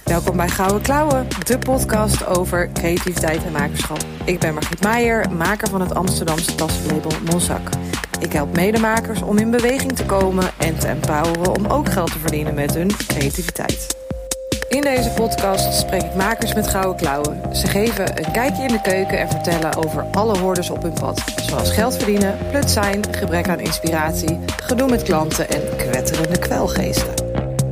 Welkom bij Gouden Klauwen, de podcast over creativiteit en makerschap. Ik ben Margriet Meijer, maker van het Amsterdamse tassenlabel Monzac. Ik help medemakers om in beweging te komen en te empoweren om ook geld te verdienen met hun creativiteit. In deze podcast spreek ik makers met gouden klauwen. Ze geven een kijkje in de keuken en vertellen over alle hordes op hun pad. Zoals geld verdienen, plut zijn, gebrek aan inspiratie, gedoe met klanten en kwetterende kwelgeesten.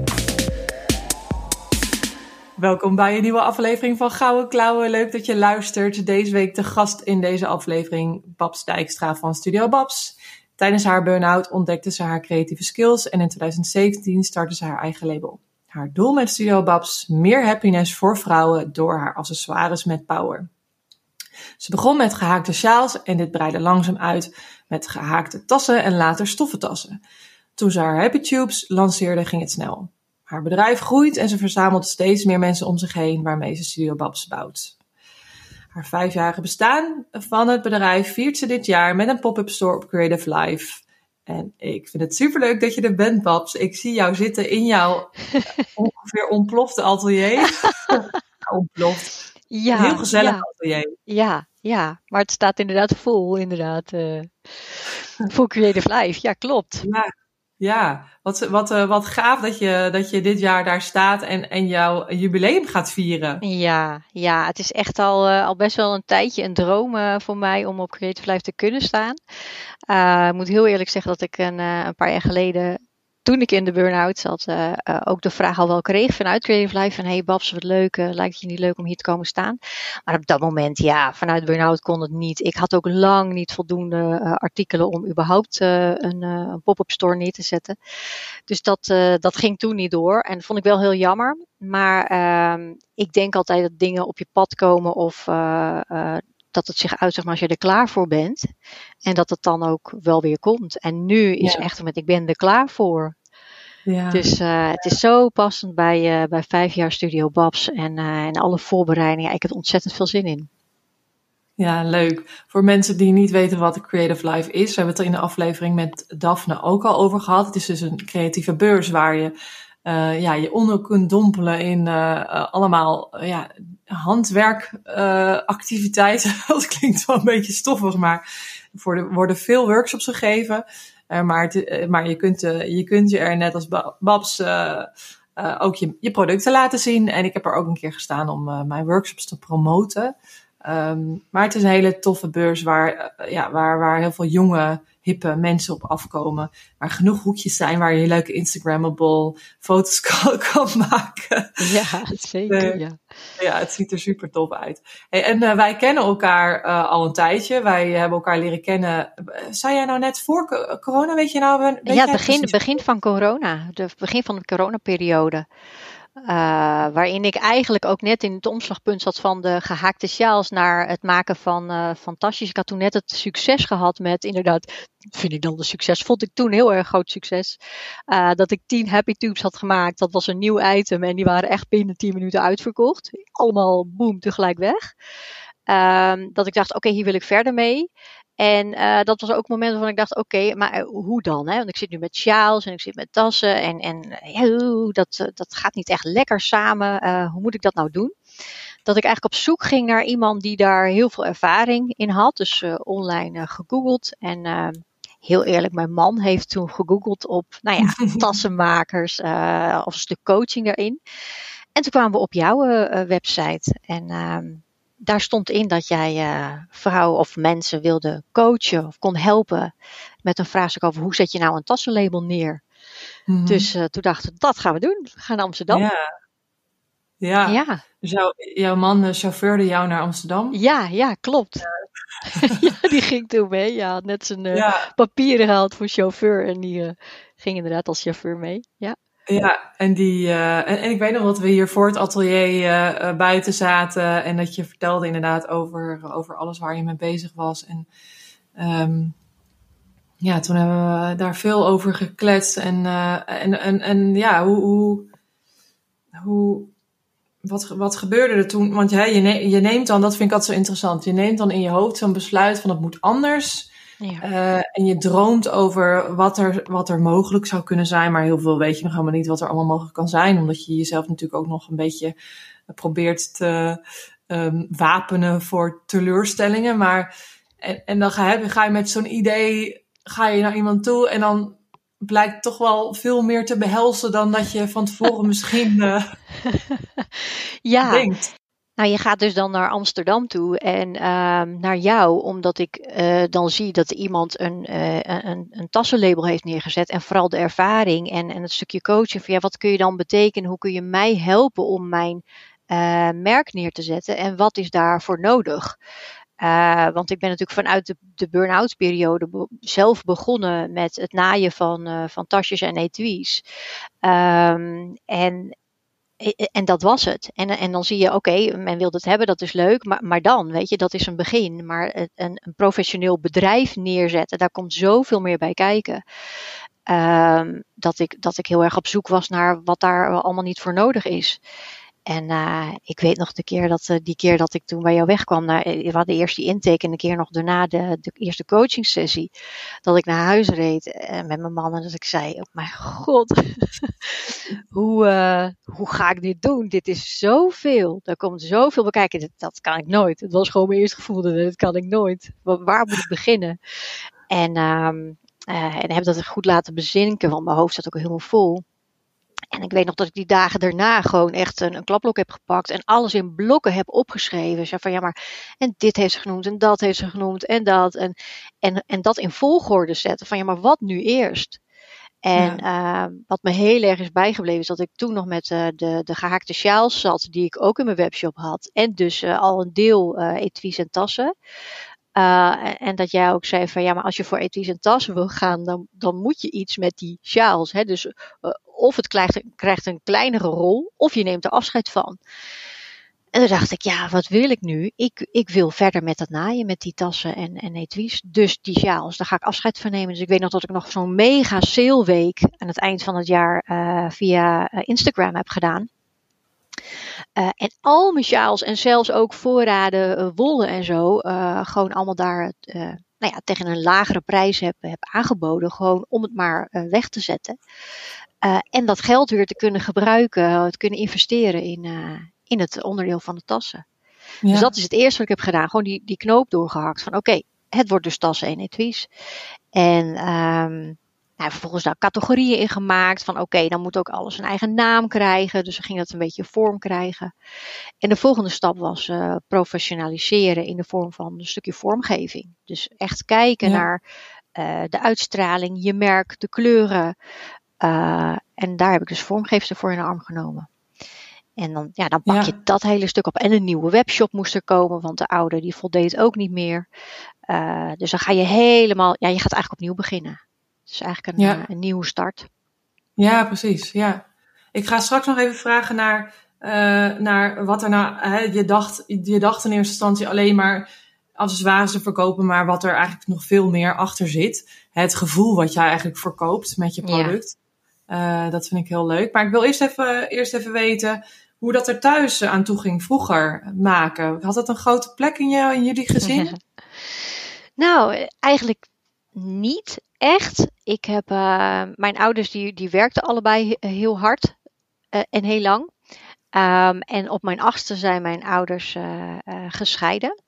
Welkom bij een nieuwe aflevering van Gouden Klauwen. Leuk dat je luistert. Deze week de gast in deze aflevering, Babs Dijkstra van Studio Babs. Tijdens haar burn-out ontdekte ze haar creatieve skills en in 2017 startte ze haar eigen label. Haar doel met Studio Babs: meer happiness voor vrouwen door haar accessoires met power. Ze begon met gehaakte sjaals en dit breidde langzaam uit met gehaakte tassen en later stoffen tassen. Toen ze haar Happy Tubes lanceerde, ging het snel. Haar bedrijf groeit en ze verzamelt steeds meer mensen om zich heen waarmee ze Studio Babs bouwt. Haar 5-jarige bestaan van het bedrijf viert ze dit jaar met een pop-up store op Creative Life. En ik vind het superleuk dat je er bent, Babs. Ik zie jou zitten in jouw ongeveer ontplofte atelier. Ontploft. Ja, Heel gezellig ja. atelier. Ja, maar het staat inderdaad vol, voor Creative Life. Ja, klopt. Ja. Wat gaaf dat je dit jaar daar staat en jouw jubileum gaat vieren. Ja, het is echt al best wel een tijdje een droom voor mij om op Creative Life te kunnen staan. Ik moet heel eerlijk zeggen dat ik een paar jaar geleden, toen ik in de burn-out zat, ook de vraag al wel kreeg vanuit Creative Life van hey Babs, wat leuk, lijkt het je niet leuk om hier te komen staan? Maar op dat moment, ja, vanuit burn-out kon het niet. Ik had ook lang niet voldoende artikelen om überhaupt een pop-up store neer te zetten. Dus dat ging toen niet door en dat vond ik wel heel jammer. Maar ik denk altijd dat dingen op je pad komen of dat het zich uit, zeg maar, als je er klaar voor bent. En dat het dan ook wel weer komt. En nu is echt met ik ben er klaar voor. Ja. Dus het is zo passend bij 5 jaar Studio Babs en alle voorbereidingen. Ik heb er ontzettend veel zin in. Ja, leuk. Voor mensen die niet weten wat de Creative Life is. We hebben het er in de aflevering met Daphne ook al over gehad. Het is dus een creatieve beurs waar je je onder kunt dompelen in allemaal handwerkactiviteiten. Dat klinkt wel een beetje stoffig, maar er worden veel workshops gegeven. Maar je kunt je er net als Babs ook je producten laten zien. En ik heb er ook een keer gestaan om mijn workshops te promoten. Maar het is een hele toffe beurs waar heel veel jonge, hippe mensen op afkomen. Waar genoeg hoekjes zijn waar je leuke Instagrammable foto's kan maken. Ja, zeker. Ja, het ziet er super tof uit. Hey, en wij kennen elkaar al een tijdje. Wij hebben elkaar leren kennen. Zou jij nou net voor corona, weet je nou? Begin van corona. Begin van de coronaperiode. Waarin ik eigenlijk ook net in het omslagpunt zat van de gehaakte sjaals naar het maken van tasjes. Ik had toen net het succes gehad met, inderdaad, vind ik dan de succes, vond ik toen heel erg groot succes. Dat ik 10 Happy Tubes had gemaakt. Dat was een nieuw item en die waren echt binnen 10 minuten uitverkocht. Allemaal boom, tegelijk weg. Dat ik dacht, oké, hier wil ik verder mee. En dat was ook het moment waarvan ik dacht, oké, maar hoe dan? Hè? Want ik zit nu met sjaals en ik zit met tassen en dat gaat niet echt lekker samen. Hoe moet ik dat nou doen? Dat ik eigenlijk op zoek ging naar iemand die daar heel veel ervaring in had. Dus online gegoogeld. En heel eerlijk, mijn man heeft toen gegoogeld op tassenmakers of een stuk coaching daarin. En toen kwamen we op jouw website en daar stond in dat jij vrouwen of mensen wilde coachen of kon helpen met een vraagstuk over hoe zet je nou een tassenlabel neer. Mm-hmm. Dus toen dachten we, dat gaan we doen. We gaan naar Amsterdam. Ja. Dus jouw man chauffeurde jou naar Amsterdam? Ja, klopt. Ja, die ging toen mee. Ja, had net zijn papieren gehaald voor chauffeur en die ging inderdaad als chauffeur mee. Ja. Ja, en ik weet nog dat we hier voor het atelier buiten zaten en dat je vertelde inderdaad over alles waar je mee bezig was. En toen hebben we daar veel over gekletst en wat gebeurde er toen? Want je neemt dan, dat vind ik altijd zo interessant, je neemt dan in je hoofd zo'n besluit van het moet anders. Ja. En je droomt over wat er mogelijk zou kunnen zijn, maar heel veel weet je nog helemaal niet wat er allemaal mogelijk kan zijn, omdat je jezelf natuurlijk ook nog een beetje probeert te wapenen voor teleurstellingen. Maar en dan ga je met zo'n idee naar iemand toe en dan blijkt toch wel veel meer te behelzen dan dat je van tevoren misschien Ja, denkt. nou je gaat dus dan naar Amsterdam toe en naar jou, omdat ik dan zie dat iemand een tassenlabel heeft neergezet en vooral de ervaring en het stukje coaching van wat kun je dan betekenen, hoe kun je mij helpen om mijn merk neer te zetten en wat is daarvoor nodig? Want ik ben natuurlijk vanuit de burn-out periode zelf begonnen met het naaien van tasjes en etuis. En dat was het. En dan zie je, oké, men wil het hebben, dat is leuk. Maar dan, weet je, dat is een begin. Maar een professioneel bedrijf neerzetten, daar komt zoveel meer bij kijken. Dat ik heel erg op zoek was naar wat daar allemaal niet voor nodig is. En ik weet nog die keer dat ik toen bij jou wegkwam, we hadden eerst die intake en een keer nog daarna de eerste coaching sessie, dat ik naar huis reed met mijn man en dat ik zei, oh mijn god, hoe ga ik dit doen? Dit is zoveel, er komt zoveel bij kijken, dat kan ik nooit. Het was gewoon mijn eerste gevoel, dat kan ik nooit. Waar moet ik beginnen? En heb dat goed laten bezinken, want mijn hoofd zat ook helemaal vol. En ik weet nog dat ik die dagen daarna gewoon echt een klapblok heb gepakt en alles in blokken heb opgeschreven. Zo van en dit heeft ze genoemd en dat heeft ze genoemd en dat. En dat in volgorde zetten van maar wat nu eerst? En wat me heel erg is bijgebleven is dat ik toen nog met de gehaakte sjaals zat die ik ook in mijn webshop had. En dus al een deel etuis en tassen. En dat jij ook zei van maar als je voor etuis en tassen wil gaan, dan moet je iets met die sjaals. Hè? Dus of het krijgt een kleinere rol, of je neemt er afscheid van. En toen dacht ik, wat wil ik nu? Ik wil verder met dat naaien, met die tassen en etuis. Dus die sjaals, daar ga ik afscheid van nemen. Dus ik weet nog dat ik nog zo'n mega saleweek aan het eind van het jaar via Instagram heb gedaan. En al mijn sjaals en zelfs ook voorraden wollen en zo, gewoon allemaal daar tegen een lagere prijs heb aangeboden. Gewoon om het maar weg te zetten. En dat geld weer te kunnen gebruiken, te kunnen investeren in het onderdeel van de tassen. Ja. Dus dat is het eerste wat ik heb gedaan. Gewoon die knoop doorgehakt van oké, het wordt dus tassen en etuis. En vervolgens daar categorieën in gemaakt van oké, dan moet ook alles een eigen naam krijgen. Dus dan ging dat een beetje vorm krijgen. En de volgende stap was professionaliseren in de vorm van een stukje vormgeving. Dus echt kijken naar de uitstraling, je merk, de kleuren. En daar heb ik dus vormgevers voor in de arm genomen. En dan pak je dat hele stuk op. En een nieuwe webshop moest er komen, want de oude die voldeed ook niet meer. Dus dan ga je helemaal, je gaat eigenlijk opnieuw beginnen. Het is eigenlijk een nieuwe start. Ja, precies. Ja. Ik ga straks nog even vragen naar wat er je dacht in eerste instantie alleen maar accessoires te verkopen, maar wat er eigenlijk nog veel meer achter zit. Het gevoel wat jij eigenlijk verkoopt met je product. Dat vind ik heel leuk. Maar ik wil eerst even weten hoe dat er thuis aan toe ging vroeger maken. Had dat een grote plek in jullie gezin? Nou, eigenlijk niet echt. Ik heb mijn ouders die werkten allebei heel hard en heel lang. En op mijn 8e zijn mijn ouders gescheiden.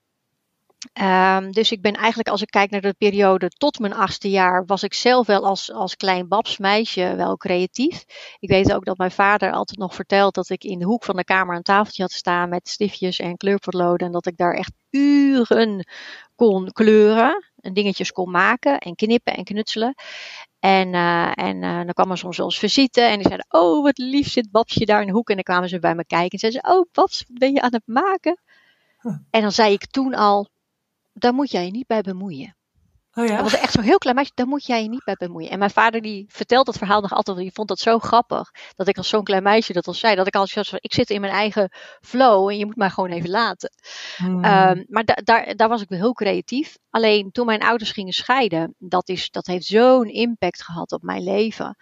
Dus ik ben eigenlijk, als ik kijk naar de periode tot mijn 8e jaar, was ik zelf wel als klein babsmeisje wel creatief. Ik weet ook dat mijn vader altijd nog vertelt dat ik in de hoek van de kamer een tafeltje had staan met stiftjes en kleurpotloden. En dat ik daar echt uren kon kleuren en dingetjes kon maken en knippen en knutselen. En dan kwam er soms wel eens visite en die zeiden, oh wat lief zit Babsje daar in de hoek. En dan kwamen ze bij me kijken en zeiden ze, oh Babs, wat ben je aan het maken? En dan zei ik toen al, daar moet jij je niet bij bemoeien. Oh ja? Dat was echt zo'n heel klein meisje, daar moet jij je niet bij bemoeien. En mijn vader die vertelt dat verhaal nog altijd, die vond dat zo grappig. Dat ik als zo'n klein meisje dat al zei. Dat ik altijd zo, ik zit in mijn eigen flow en je moet mij gewoon even laten. Maar daar was ik wel heel creatief. Alleen toen mijn ouders gingen scheiden, dat heeft zo'n impact gehad op mijn leven.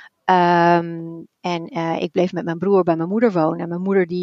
Ik bleef met mijn broer bij mijn moeder wonen. En mijn moeder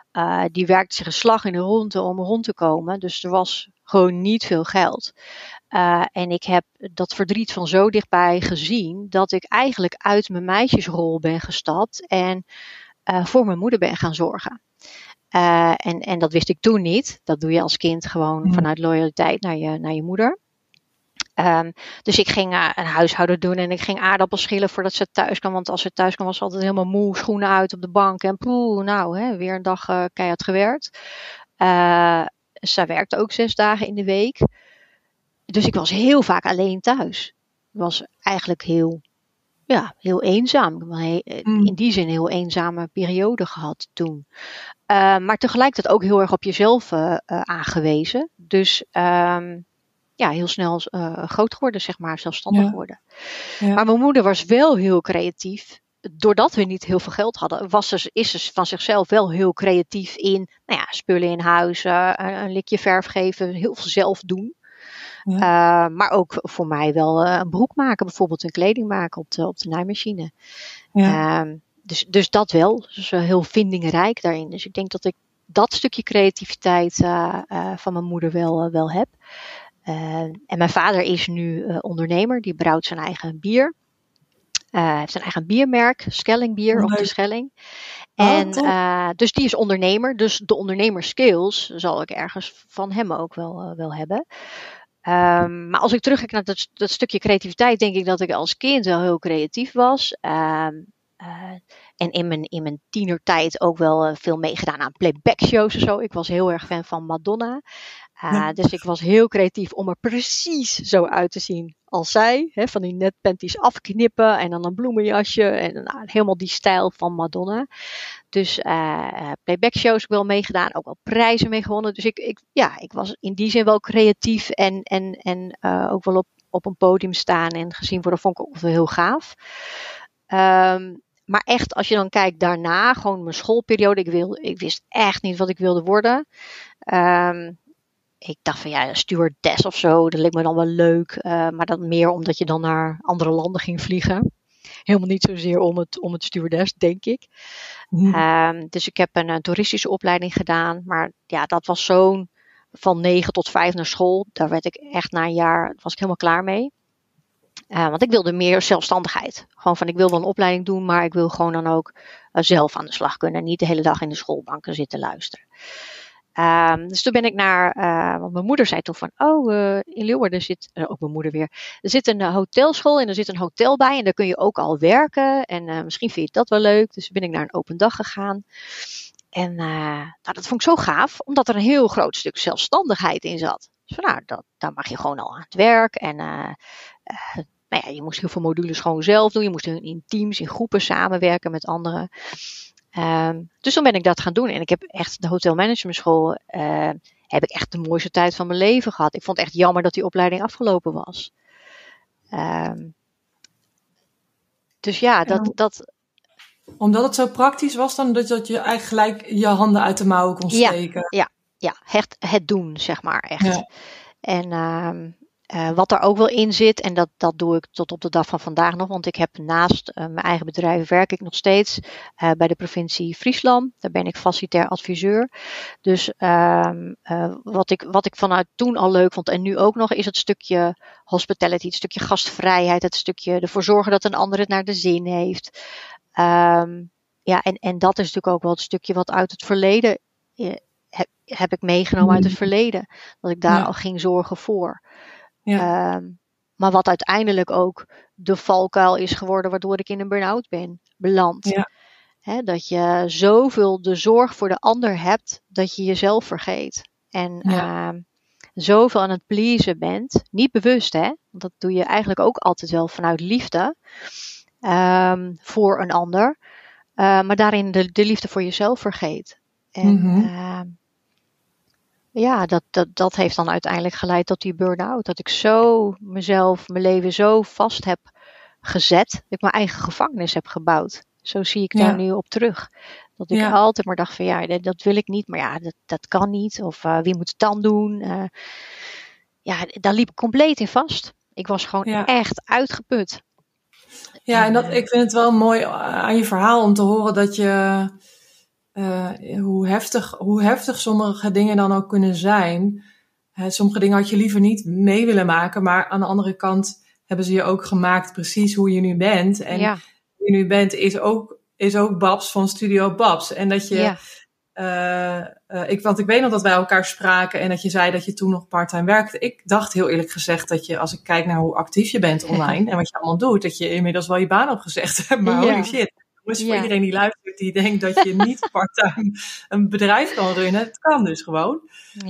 die werkte zich een slag in de ronde om rond te komen. Dus er was gewoon niet veel geld. En ik heb dat verdriet van zo dichtbij gezien dat ik eigenlijk uit mijn meisjesrol ben gestapt en voor mijn moeder ben gaan zorgen. En dat wist ik toen niet. Dat doe je als kind gewoon vanuit loyaliteit naar je moeder. Dus ik ging een huishouden doen en ik ging aardappels schillen voordat ze thuis kwam. Want als ze thuis kwam was ze altijd helemaal moe, schoenen uit op de bank. En weer een dag keihard gewerkt. Zij werkte ook 6 dagen in de week. Dus ik was heel vaak alleen thuis. Ik was eigenlijk heel eenzaam. Ik heb in die zin een heel eenzame periode gehad toen. Maar tegelijkertijd ook heel erg op jezelf aangewezen. Dus heel snel groot geworden, zeg maar, zelfstandig geworden. Ja. Maar mijn moeder was wel heel creatief. Doordat we niet heel veel geld hadden, is ze van zichzelf wel heel creatief in spullen in huis, een likje verf geven, heel veel zelf doen. Ja. Maar ook voor mij wel een broek maken, bijvoorbeeld een kleding maken op de naaimachine. Ja. Dus dat wel. Dus heel vindingrijk daarin. Dus ik denk dat ik dat stukje creativiteit van mijn moeder wel heb. En mijn vader is nu ondernemer. Die brouwt zijn eigen bier. Hij heeft zijn eigen biermerk, Skellingbier op de Schelling. En dus die is ondernemer. Dus de ondernemerskills zal ik ergens van hem ook wel hebben. Maar als ik terugkijk naar dat stukje creativiteit, denk ik dat ik als kind wel heel creatief was. En in mijn tienertijd ook wel veel meegedaan aan playback shows en zo. Ik was heel erg fan van Madonna. Dus ik was heel creatief om er precies zo uit te zien als zij. Hè, van die netpanties afknippen en dan een bloemenjasje. En helemaal die stijl van Madonna. Dus playback shows wel meegedaan. Ook wel prijzen mee gewonnen. Dus ik was in die zin wel creatief. En ook wel op een podium staan en gezien worden vond ik ook wel heel gaaf. Maar echt, als je dan kijkt daarna, gewoon mijn schoolperiode. Ik wist echt niet wat ik wilde worden. Ik dacht van stewardess of zo, dat leek me dan wel leuk. Maar dat meer omdat je dan naar andere landen ging vliegen. Helemaal niet zozeer om het stewardess, denk ik. Dus ik heb een toeristische opleiding gedaan. Maar dat was zo'n van 9 tot 5 naar school. Daar werd ik echt na een jaar, was ik helemaal klaar mee. Want ik wilde meer zelfstandigheid. Gewoon van ik wil wel een opleiding doen, maar ik wil gewoon dan ook zelf aan de slag kunnen. Niet de hele dag in de schoolbanken zitten luisteren. Dus toen ben ik want mijn moeder zei toen van, in Leeuwarden zit, ook mijn moeder weer, er zit een hotelschool en er zit een hotel bij en daar kun je ook al werken en misschien vind je dat wel leuk. Dus ben ik naar een open dag gegaan. En dat vond ik zo gaaf, omdat er een heel groot stuk zelfstandigheid in zat. Dus van, daar mag je gewoon al aan het werk en je moest heel veel modules gewoon zelf doen. Je moest in teams, in groepen samenwerken met anderen. Dus toen ben ik dat gaan doen. En ik heb echt de hotelmanagementschool heb ik echt de mooiste tijd van mijn leven gehad. Ik vond het echt jammer dat die opleiding afgelopen was. Dus dat... Omdat het zo praktisch was dan dat je eigenlijk gelijk je handen uit de mouwen kon steken. Ja, het doen, zeg maar, echt. Ja. En wat er ook wel in zit, en dat doe ik tot op de dag van vandaag nog, want ik heb naast mijn eigen bedrijf werk ik nog steeds bij de provincie Friesland. Daar ben ik facilitair adviseur. Dus wat ik vanuit toen al leuk vond en nu ook nog, is het stukje hospitality, het stukje gastvrijheid, het stukje ervoor zorgen dat een ander het naar de zin heeft. En dat is natuurlijk ook wel het stukje wat uit het verleden heb ik meegenomen uit het verleden. Dat ik daar al ging zorgen voor. Ja. Maar wat uiteindelijk ook de valkuil is geworden waardoor ik in een burn-out ben beland. Ja. Dat je zoveel de zorg voor de ander hebt dat je jezelf vergeet. En zoveel aan het pleasen bent. Niet bewust, want dat doe je eigenlijk ook altijd wel vanuit liefde voor een ander. Maar daarin de liefde voor jezelf vergeet. En dat heeft dan uiteindelijk geleid tot die burn-out. Dat ik zo mijn leven zo vast heb gezet. Dat ik mijn eigen gevangenis heb gebouwd. Zo zie ik daar nu op terug. Dat ik altijd maar dacht van dat wil ik niet. Maar dat kan niet. Of wie moet het dan doen? Daar liep ik compleet in vast. Ik was gewoon echt uitgeput. Ja, en ik vind het wel mooi aan je verhaal om te horen dat je... hoe heftig sommige dingen dan ook kunnen zijn. sommige dingen had je liever niet mee willen maken. Maar aan de andere kant hebben ze je ook gemaakt precies hoe je nu bent. En hoe je nu bent is ook Babs van Studio Babs. En dat je... Want ik weet nog dat wij elkaar spraken en dat je zei dat je toen nog part-time werkte. Ik dacht heel eerlijk gezegd dat je, als ik kijk naar hoe actief je bent online en wat je allemaal doet, dat je inmiddels wel je baan opgezegd hebt. Maar holy shit. Dus voor iedereen die luistert, die denkt dat je niet part-time een bedrijf kan runnen. Het kan dus gewoon.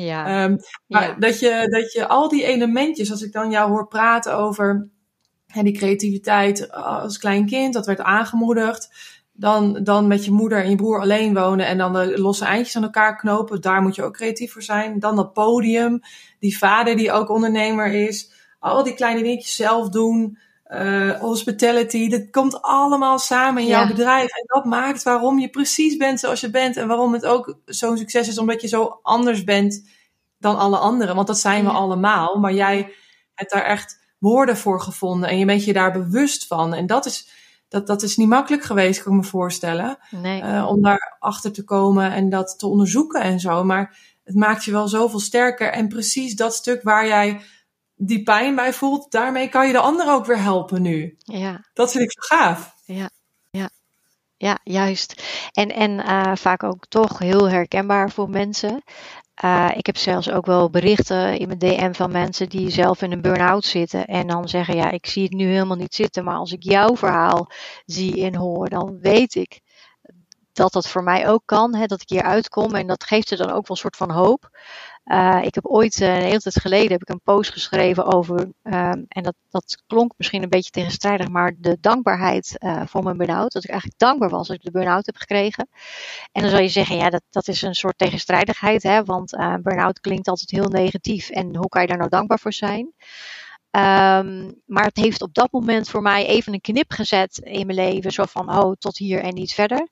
Dat je al die elementjes, als ik dan jou hoor praten over die creativiteit als klein kind, dat werd aangemoedigd. Dan met je moeder en je broer alleen wonen en dan de losse eindjes aan elkaar knopen. Daar moet je ook creatief voor zijn. Dan dat podium, die vader die ook ondernemer is. Al die kleine dingetjes zelf doen. Hospitality, dat komt allemaal samen in jouw bedrijf. En dat maakt waarom je precies bent zoals je bent. En waarom het ook zo'n succes is, omdat je zo anders bent dan alle anderen. Want dat zijn we allemaal. Maar jij hebt daar echt woorden voor gevonden. En je bent je daar bewust van. En dat is niet makkelijk geweest, kan ik me voorstellen. Nee. Om daar achter te komen en dat te onderzoeken en zo. Maar het maakt je wel zoveel sterker. En precies dat stuk waar jij die pijn bij voelt, daarmee kan je de ander ook weer helpen nu. Ja. Dat vind ik zo gaaf. Ja, juist. En vaak ook toch heel herkenbaar voor mensen. Ik heb zelfs ook wel berichten in mijn DM van mensen die zelf in een burn-out zitten. En dan zeggen, ja, ik zie het nu helemaal niet zitten. Maar als ik jouw verhaal zie en hoor, dan weet ik dat voor mij ook kan. Hè, dat ik hier uitkom. En dat geeft er dan ook wel een soort van hoop. Ik heb ooit, een hele tijd geleden, heb ik een post geschreven over, en dat klonk misschien een beetje tegenstrijdig, maar de dankbaarheid voor mijn burn-out. Dat ik eigenlijk dankbaar was dat ik de burn-out heb gekregen. En dan zou je zeggen, ja, dat is een soort tegenstrijdigheid, hè, want burn-out klinkt altijd heel negatief. En hoe kan je daar nou dankbaar voor zijn? Maar het heeft op dat moment voor mij even een knip gezet in mijn leven. Zo van, tot hier en niet verder.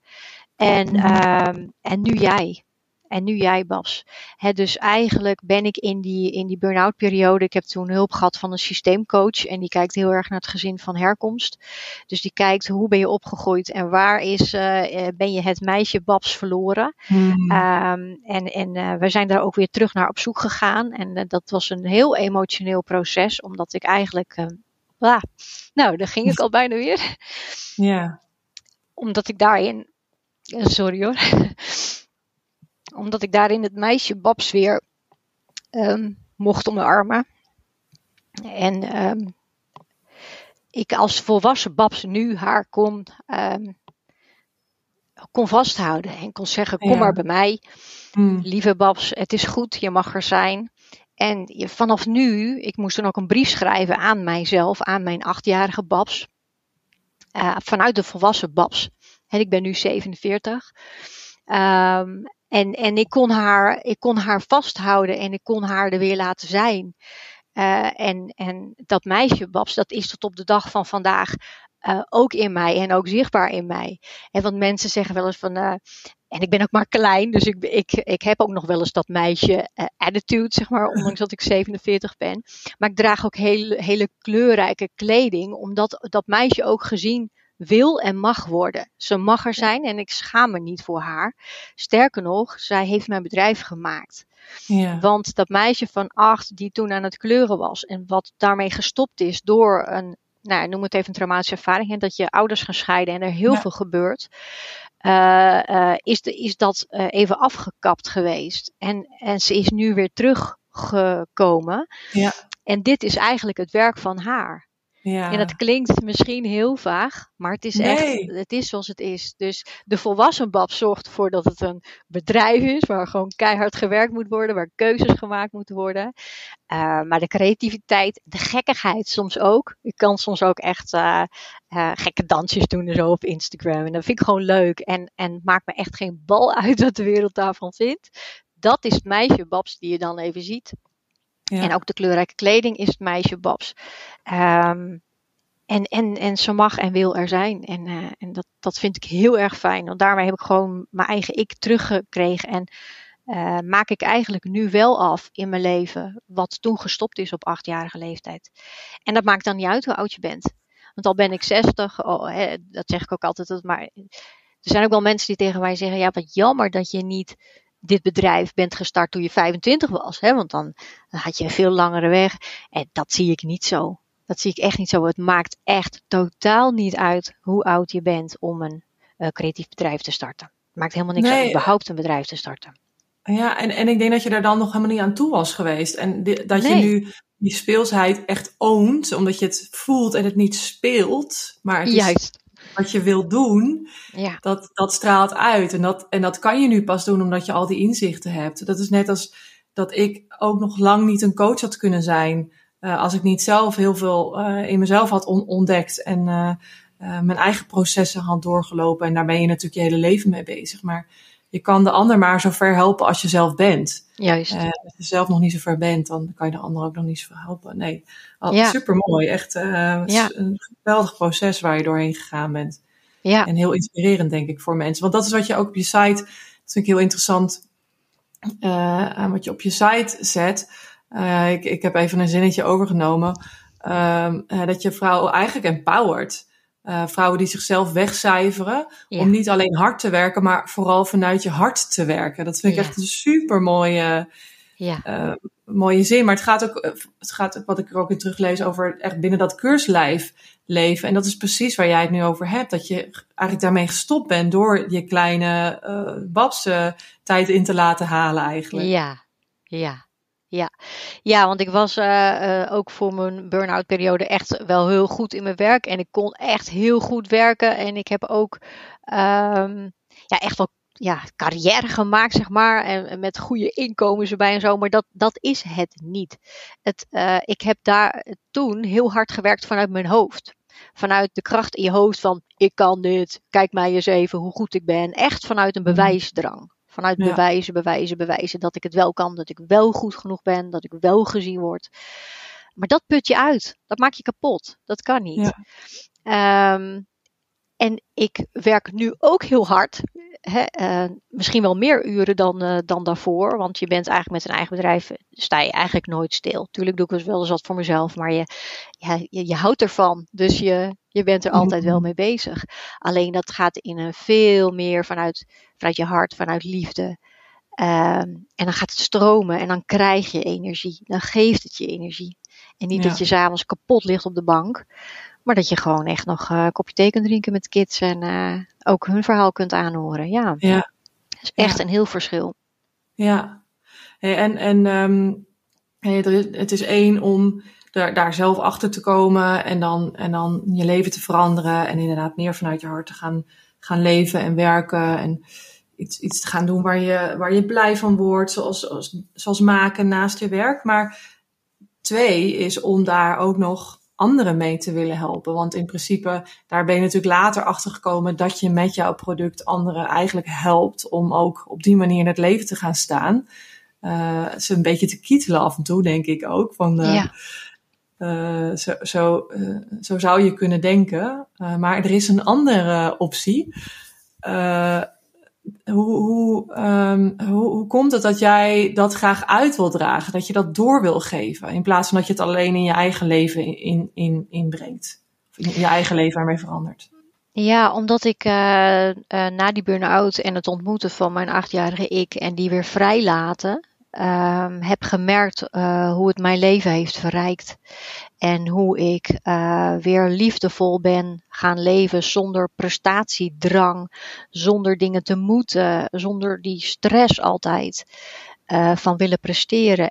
En nu jij. En nu jij, Babs. Dus eigenlijk ben ik in die burn-out periode. Ik heb toen hulp gehad van een systeemcoach. En die kijkt heel erg naar het gezin van herkomst. Dus die kijkt, hoe ben je opgegroeid? En waar ben je het meisje Babs verloren? We zijn daar ook weer terug naar op zoek gegaan. En dat was een heel emotioneel proces. Omdat ik eigenlijk... daar ging ik al bijna weer. Ja. Omdat ik daarin... sorry hoor. Omdat ik daarin het meisje Babs weer mocht omarmen. En ik als volwassen Babs nu haar kon vasthouden. En kon zeggen, kom maar bij mij. Lieve Babs, het is goed, je mag er zijn. En vanaf nu, ik moest dan ook een brief schrijven aan mijzelf, aan mijn 8-jarige Babs. Vanuit de volwassen Babs. En ik ben nu 47. En ik kon haar vasthouden en ik kon haar er weer laten zijn. En dat meisje, Babs, dat is tot op de dag van vandaag ook in mij en ook zichtbaar in mij. En want mensen zeggen wel eens van... en ik ben ook maar klein, dus ik heb ook nog wel eens dat meisje attitude, zeg maar, ondanks dat ik 47 ben. Maar ik draag ook hele kleurrijke kleding, omdat dat meisje ook gezien wil en mag worden. Ze mag er zijn en ik schaam me niet voor haar. Sterker nog, zij heeft mijn bedrijf gemaakt. Ja. Want dat meisje van 8 die toen aan het kleuren was en wat daarmee gestopt is door noem het even een traumatische ervaring, dat je ouders gaan scheiden en er heel veel gebeurt, is dat even afgekapt geweest. En ze is nu weer teruggekomen. Ja. En dit is eigenlijk het werk van haar. Ja. En dat klinkt misschien heel vaag, maar het is het is zoals het is. Dus de volwassen Babs zorgt ervoor dat het een bedrijf is waar gewoon keihard gewerkt moet worden, waar keuzes gemaakt moeten worden. Maar de creativiteit, de gekkigheid soms ook. Ik kan soms ook echt gekke dansjes doen en zo op Instagram. En dat vind ik gewoon leuk. En maakt me echt geen bal uit wat de wereld daarvan vindt. Dat is het meisje Babs die je dan even ziet. Ja. En ook de kleurrijke kleding is het meisje Babs. En ze mag en wil er zijn. En dat vind ik heel erg fijn. Want daarmee heb ik gewoon mijn eigen ik teruggekregen. En maak ik eigenlijk nu wel af in mijn leven wat toen gestopt is op 8-jarige leeftijd. En dat maakt dan niet uit hoe oud je bent. Want al ben ik 60, dat zeg ik ook altijd. Maar er zijn ook wel mensen die tegen mij zeggen, ja, wat jammer dat je niet dit bedrijf bent gestart toen je 25 was. Hè? Want dan had je een veel langere weg. En dat zie ik niet zo. Dat zie ik echt niet zo. Het maakt echt totaal niet uit hoe oud je bent om een creatief bedrijf te starten. Het maakt helemaal niks uit, überhaupt een bedrijf te starten. Ja, en ik denk dat je daar dan nog helemaal niet aan toe was geweest. En dat je nu die speelsheid echt oont, omdat je het voelt en het niet speelt. Maar het is wat je wil doen, dat straalt uit. En dat kan je nu pas doen omdat je al die inzichten hebt. Dat is net als dat ik ook nog lang niet een coach had kunnen zijn. Als ik niet zelf heel veel in mezelf had ontdekt. En mijn eigen processen had doorgelopen. En daar ben je natuurlijk je hele leven mee bezig. Maar je kan de ander maar zo ver helpen als je zelf bent. Juist. Als je zelf nog niet zo ver bent, dan kan je de ander ook nog niet zo ver helpen. Nee, supermooi. Echt een geweldig proces waar je doorheen gegaan bent. Ja. En heel inspirerend, denk ik, voor mensen. Want dat is wat je ook op je site, dat vind ik heel interessant, wat je op je site zet. Ik heb even een zinnetje overgenomen. Dat je vrouwen eigenlijk empowert. Vrouwen die zichzelf wegcijferen. Om niet alleen hard te werken, maar vooral vanuit je hart te werken. Dat vind ik echt een super mooie zin. Maar het gaat ook, wat ik er ook in teruglees, over echt binnen dat keurslijf leven. En dat is precies waar jij het nu over hebt. Dat je eigenlijk daarmee gestopt bent door je kleine babse tijd in te laten halen eigenlijk. Ja, want ik was ook voor mijn burn-out periode echt wel heel goed in mijn werk. En ik kon echt heel goed werken. En ik heb ook echt wel carrière gemaakt, zeg maar. En met goede inkomens erbij en zo. Maar dat is het niet. Ik heb daar toen heel hard gewerkt vanuit mijn hoofd. Vanuit de kracht in je hoofd van, ik kan dit. Kijk mij eens even hoe goed ik ben. Echt vanuit een bewijsdrang. Vanuit bewijzen dat ik het wel kan, dat ik wel goed genoeg ben, dat ik wel gezien word. Maar dat put je uit. Dat maak je kapot. Dat kan niet. Ja. En ik werk nu ook heel hard. Misschien wel meer uren dan daarvoor. Want je bent eigenlijk met een eigen bedrijf, sta je eigenlijk nooit stil. Tuurlijk doe ik wel eens wat voor mezelf, maar je houdt ervan. Dus je bent er altijd wel mee bezig. Alleen dat gaat in een veel meer vanuit je hart, vanuit liefde. En dan gaat het stromen en dan krijg je energie. Dan geeft het je energie. En niet dat je 's avonds kapot ligt op de bank. Maar dat je gewoon echt nog een kopje thee kunt drinken met kids. En ook hun verhaal kunt aanhoren. Ja. Dat is echt een heel verschil. Ja. Het is één om daar zelf achter te komen. En dan je leven te veranderen. En inderdaad meer vanuit je hart te gaan leven en werken. En iets te gaan doen waar je blij van wordt. Zoals maken naast je werk. Maar 2 is om daar ook nog anderen mee te willen helpen. Want in principe, daar ben je natuurlijk later achter gekomen dat je met jouw product anderen eigenlijk helpt om ook op die manier in het leven te gaan staan. Ze een beetje te kietelen af en toe, denk ik ook. Zo zou je kunnen denken. Maar er is een andere optie. Hoe komt het dat jij dat graag uit wil dragen? Dat je dat door wil geven? In plaats van dat je het alleen in je eigen leven inbrengt. Of in je eigen leven ermee verandert. Ja, omdat ik na die burn-out en het ontmoeten van mijn 8-jarige ik en die weer vrijlaten, heb gemerkt hoe het mijn leven heeft verrijkt. En hoe ik weer liefdevol ben gaan leven zonder prestatiedrang, zonder dingen te moeten, zonder die stress altijd van willen presteren.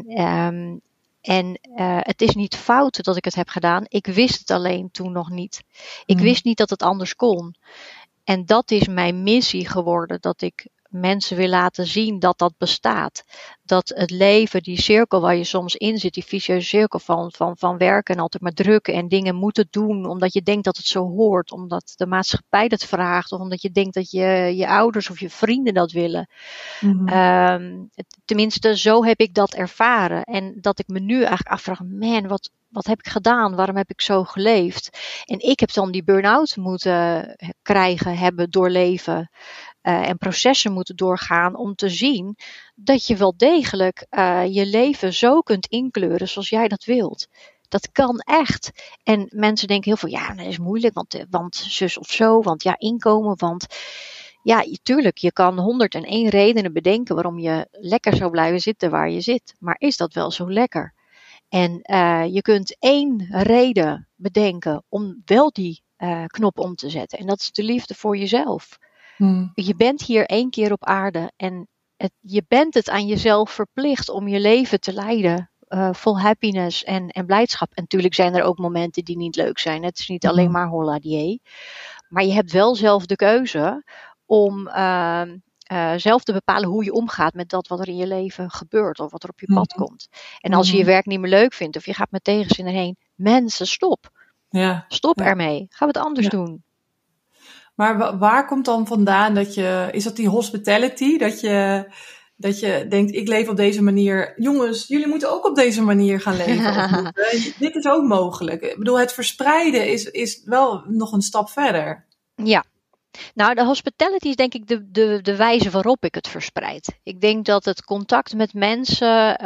En het is niet fout dat ik het heb gedaan. Ik wist het alleen toen nog niet. Ik wist niet dat het anders kon. En dat is mijn missie geworden, dat ik mensen wil laten zien dat dat bestaat. Dat het leven, die cirkel waar je soms in zit, die vicieuze cirkel van werken en altijd maar drukken en dingen moeten doen, omdat je denkt dat het zo hoort, omdat de maatschappij dat vraagt, of omdat je denkt dat je ouders of je vrienden dat willen. Tenminste, zo heb ik dat ervaren. En dat ik me nu eigenlijk afvraag, man, wat heb ik gedaan? Waarom heb ik zo geleefd? En ik heb dan die burn-out moeten hebben, doorleven. En processen moeten doorgaan om te zien dat je wel degelijk je leven zo kunt inkleuren zoals jij dat wilt. Dat kan echt. En mensen denken heel veel, ja, dat is moeilijk, want zus of zo, want inkomen, want Ja, tuurlijk, je kan 101 redenen bedenken waarom je lekker zou blijven zitten waar je zit. Maar is dat wel zo lekker? En je kunt 1 reden bedenken om wel die knop om te zetten. En dat is de liefde voor jezelf. Je bent hier 1 keer op aarde en je bent het aan jezelf verplicht om je leven te leiden. Vol happiness en blijdschap. En natuurlijk zijn er ook momenten die niet leuk zijn. Het is niet alleen maar holladier. Maar je hebt wel zelf de keuze om zelf te bepalen hoe je omgaat met dat wat er in je leven gebeurt. Of wat er op je pad komt. En als je je werk niet meer leuk vindt. Of je gaat met tegenzin erheen. Mensen, stop. Ja. Stop ermee. Gaan we het anders doen. Maar waar komt dan vandaan is dat die hospitality? Dat je denkt, ik leef op deze manier. Jongens, jullie moeten ook op deze manier gaan leven. Dit is ook mogelijk. Ik bedoel, het verspreiden is wel nog een stap verder. Ja. Nou, de hospitality is denk ik de wijze waarop ik het verspreid. Ik denk dat het contact met mensen,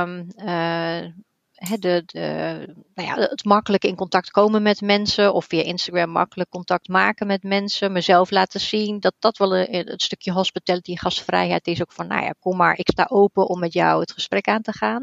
het makkelijk in contact komen met mensen of via Instagram makkelijk contact maken met mensen, mezelf laten zien, dat wel het stukje hospitality, gastvrijheid is ook van, nou ja, kom maar, ik sta open om met jou het gesprek aan te gaan.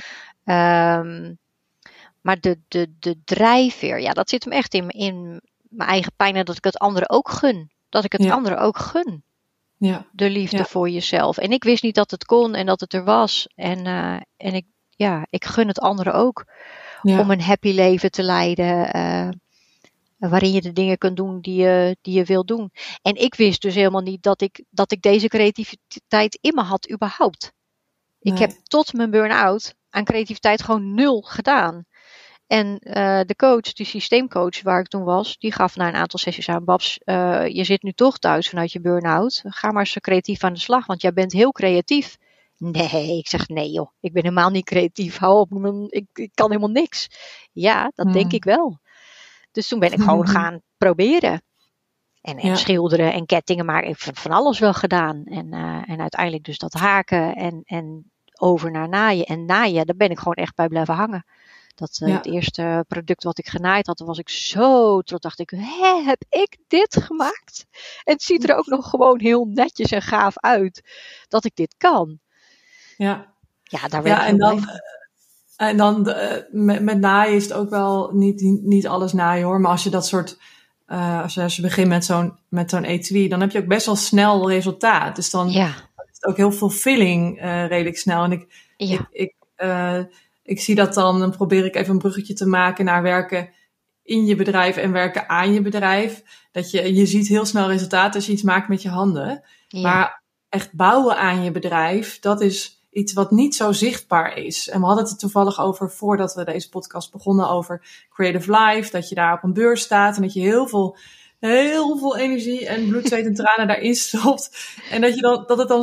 Maar de drijfveer, ja, dat zit hem echt in mijn eigen pijn en dat ik het anderen ook gun. Dat ik het anderen ook gun. Ja. De liefde voor jezelf. En ik wist niet dat het kon en dat het er was. En ik gun het anderen ook. Ja. Om een happy leven te leiden. Waarin je de dingen kunt doen die je wil doen. En ik wist dus helemaal niet dat ik deze creativiteit in me had überhaupt. Nee. Ik heb tot mijn burn-out aan creativiteit gewoon 0 gedaan. En de coach, de systeemcoach waar ik toen was, die gaf na een aantal sessies aan, Babs, je zit nu toch thuis vanuit je burn-out. Ga maar eens creatief aan de slag, want jij bent heel creatief. Nee, ik zeg nee joh, ik ben helemaal niet creatief. Hou op, ik kan helemaal niks. Ja, dat denk ik wel. Dus toen ben ik gewoon gaan proberen. En schilderen en kettingen maken. Ik heb van alles wel gedaan. En uiteindelijk dus dat haken en over naar naaien. En naaien, daar ben ik gewoon echt bij blijven hangen. Het eerste product wat ik genaaid had, was ik zo trots. Dacht ik, heb ik dit gemaakt? En het ziet er ook nog gewoon heel netjes en gaaf uit dat ik dit kan. Ja, daar werd ik en dan met naaien is het ook wel niet alles naaien hoor. Maar als je dat soort, als je begint met zo'n etui, dan heb je ook best wel snel resultaat. Dus dan is het ook heel fulfilling redelijk snel. En ik zie dat dan probeer ik even een bruggetje te maken naar werken in je bedrijf en werken aan je bedrijf. Dat je ziet heel snel resultaat als je iets maakt met je handen. Ja. Maar echt bouwen aan je bedrijf, dat is iets wat niet zo zichtbaar is. En we hadden het er toevallig over, voordat we deze podcast begonnen, over Creative Life. Dat je daar op een beurs staat en dat je heel veel energie en bloed, zweet en tranen daarin stopt. En dat het dan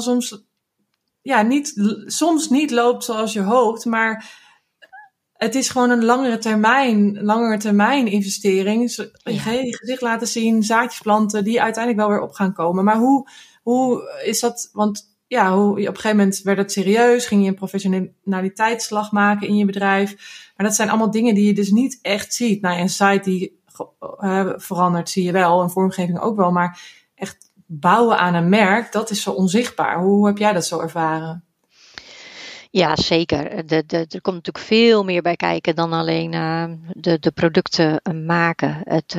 soms niet loopt zoals je hoopt, maar het is gewoon een langere termijn investering. Je gezicht laten zien, zaadjes planten, die uiteindelijk wel weer op gaan komen. Maar hoe is dat? Want op een gegeven moment werd het serieus, ging je een professionaliteitsslag maken in je bedrijf. Maar dat zijn allemaal dingen die je dus niet echt ziet. Nou, een site die verandert zie je wel, een vormgeving ook wel. Maar echt bouwen aan een merk, dat is zo onzichtbaar. Hoe heb jij dat zo ervaren? Ja, zeker. Er komt natuurlijk veel meer bij kijken dan alleen de producten maken.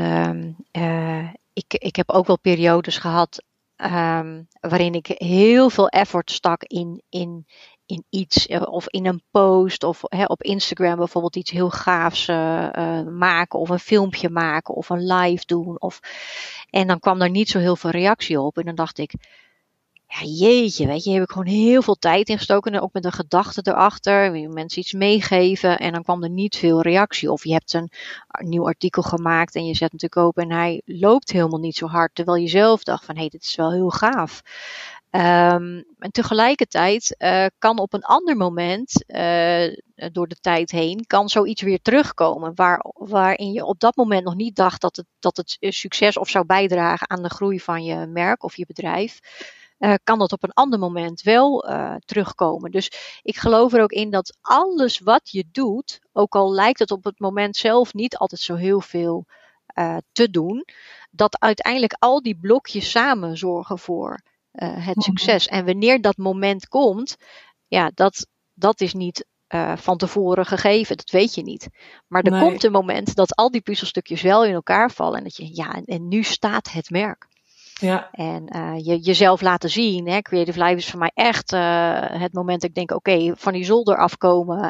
Ik heb ook wel periodes gehad waarin ik heel veel effort stak in iets of in een post of op Instagram bijvoorbeeld iets heel gaafs maken of een filmpje maken of een live doen. En dan kwam daar niet zo heel veel reactie op en dan dacht ik, ja jeetje, weet je, heb ik gewoon heel veel tijd in gestoken en ook met een gedachte erachter, wil je mensen iets meegeven en dan kwam er niet veel reactie. Of je hebt een nieuw artikel gemaakt en je zet hem te koop en hij loopt helemaal niet zo hard, terwijl je zelf dacht van dit is wel heel gaaf. En tegelijkertijd kan op een ander moment, door de tijd heen, kan zoiets weer terugkomen. Waarin je op dat moment nog niet dacht dat het succes of zou bijdragen aan de groei van je merk of je bedrijf. Kan dat op een ander moment wel terugkomen. Dus ik geloof er ook in dat alles wat je doet, ook al lijkt het op het moment zelf niet altijd zo heel veel te doen, dat uiteindelijk al die blokjes samen zorgen voor het succes. En wanneer dat moment komt, ja, dat is niet van tevoren gegeven. Dat weet je niet. Maar er komt een moment dat al die puzzelstukjes wel in elkaar vallen. En dat je, en nu staat het merk. Ja. En jezelf laten zien. Hè? Creative Life is voor mij echt het moment dat ik denk, oké, van die zolder afkomen.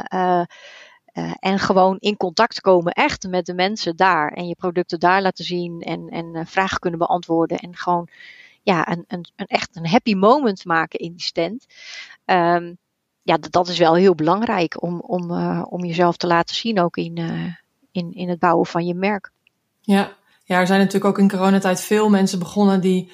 En gewoon in contact komen echt met de mensen daar. En je producten daar laten zien. En vragen kunnen beantwoorden. En gewoon echt een happy moment maken in die stand. Dat is wel heel belangrijk om jezelf te laten zien. Ook in het bouwen van je merk. Ja, er zijn natuurlijk ook in coronatijd veel mensen begonnen die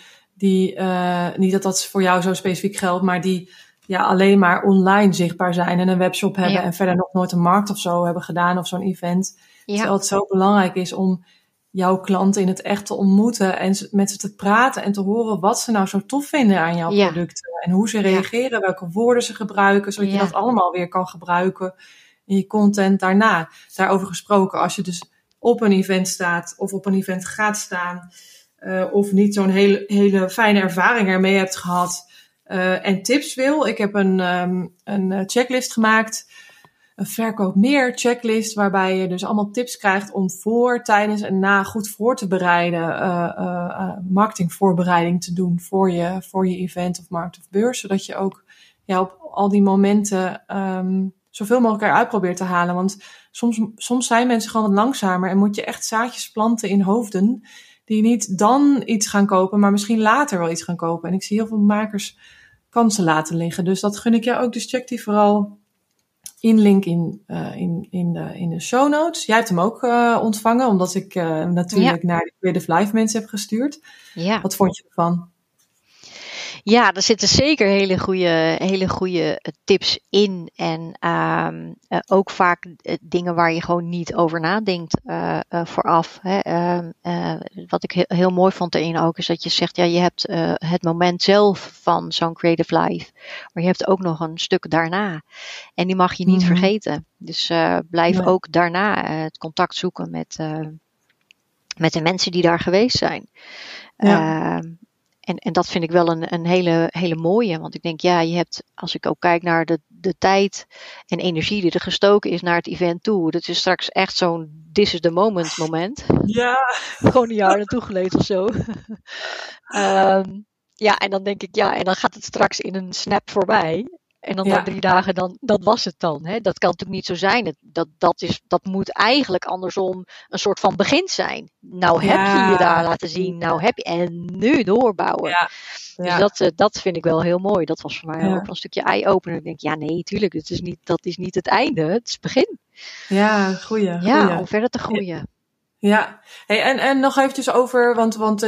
niet dat voor jou zo specifiek geldt, maar die alleen maar online zichtbaar zijn en een webshop hebben en verder nog nooit een markt of zo hebben gedaan of zo'n event. Terwijl het zo belangrijk is om jouw klanten in het echt te ontmoeten en met ze te praten en te horen wat ze nou zo tof vinden aan jouw producten en hoe ze reageren, welke woorden ze gebruiken, zodat je dat allemaal weer kan gebruiken in je content daarna. Daarover gesproken, als je dus op een event staat of op een event gaat staan of niet zo'n hele fijne ervaring ermee hebt gehad en tips wil. Ik heb een checklist gemaakt, een verkoop meer checklist, waarbij je dus allemaal tips krijgt om voor, tijdens en na goed voor te bereiden, marketingvoorbereiding te doen voor je event of markt of beurs, zodat je ook op al die momenten zoveel mogelijk eruit probeert te halen. Want soms zijn mensen gewoon wat langzamer en moet je echt zaadjes planten in hoofden die niet dan iets gaan kopen, maar misschien later wel iets gaan kopen. En ik zie heel veel makers kansen laten liggen. Dus dat gun ik jou ook. Dus check die vooral link in de show notes. Jij hebt hem ook ontvangen, omdat ik natuurlijk naar de Creative Life mensen heb gestuurd. Ja. Wat vond je ervan? Ja, er zitten zeker hele goede tips in. En ook vaak dingen waar je gewoon niet over nadenkt vooraf. Hè. Wat ik heel mooi vond erin ook, is dat je zegt, je hebt het moment zelf van zo'n Creative Life. Maar je hebt ook nog een stuk daarna. En die mag je niet vergeten. Dus blijf ook daarna het contact zoeken met de mensen die daar geweest zijn. Ja. En dat vind ik wel een hele mooie. Want ik denk, je hebt, als ik ook kijk naar de tijd en energie die er gestoken is naar het event toe. Dat is straks echt zo'n this is the moment. Ja. Gewoon een jaar naartoe geleefd of zo. En dan denk ik, en dan gaat het straks in een snap voorbij. En dan na 3 dagen, dat was het dan. Hè? Dat kan natuurlijk niet zo zijn. Dat moet eigenlijk andersom een soort van begin zijn. Nou heb je je daar laten zien. Nou heb je, en nu doorbouwen. Ja. Dus dat vind ik wel heel mooi. Dat was voor mij ook wel een stukje eye-opener. Ik denk, nee, tuurlijk. Dat is niet het einde. Het is het begin. Ja, goeie. Om verder te groeien. Ja. Hey, en nog eventjes over, want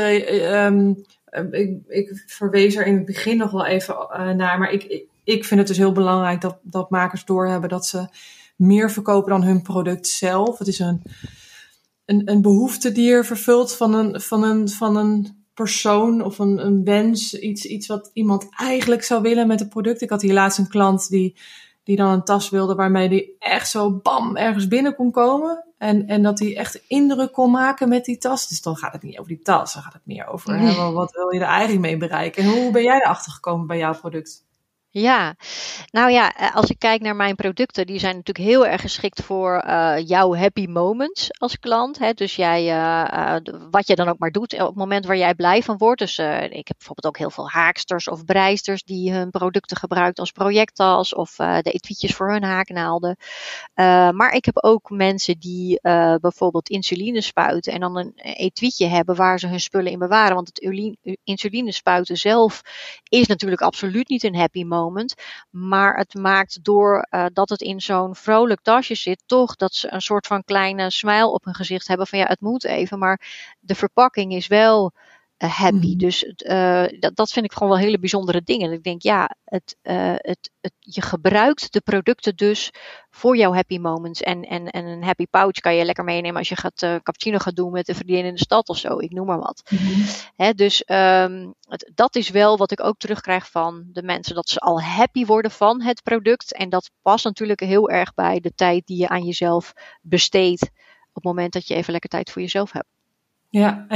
ik verwees er in het begin nog wel even naar, maar ik vind het dus heel belangrijk dat makers doorhebben dat ze meer verkopen dan hun product zelf. Het is een behoefte die er vervult van een persoon of een wens. Iets wat iemand eigenlijk zou willen met het product. Ik had hier laatst een klant die dan een tas wilde waarmee die echt zo bam ergens binnen kon komen. En dat hij echt indruk kon maken met die tas. Dus dan gaat het niet over die tas. Dan gaat het meer over wat wil je er eigenlijk mee bereiken. En hoe ben jij erachter gekomen bij jouw product? Ja, als ik kijk naar mijn producten, die zijn natuurlijk heel erg geschikt voor jouw happy moments als klant. Hè? Dus wat je dan ook maar doet op het moment waar jij blij van wordt. Dus ik heb bijvoorbeeld ook heel veel haaksters of breisters die hun producten gebruiken als projecttas of de etuietjes voor hun haaknaalden. Maar ik heb ook mensen die bijvoorbeeld insuline spuiten en dan een etuietje hebben waar ze hun spullen in bewaren. Want het insuline spuiten zelf is natuurlijk absoluut niet een happy moment. Maar het maakt door dat het in zo'n vrolijk tasje zit, toch dat ze een soort van kleine smile op hun gezicht hebben van het moet even. Maar de verpakking is wel happy. Dus dat vind ik gewoon wel hele bijzondere dingen. En ik denk, je gebruikt de producten dus voor jouw happy moments. En een happy pouch kan je lekker meenemen als je cappuccino gaat doen met een vriendin in de stad of zo. Ik noem maar wat. Dus dat is wel wat ik ook terugkrijg van de mensen. Dat ze al happy worden van het product. En dat past natuurlijk heel erg bij de tijd die je aan jezelf besteedt. Op het moment dat je even lekker tijd voor jezelf hebt. Ja,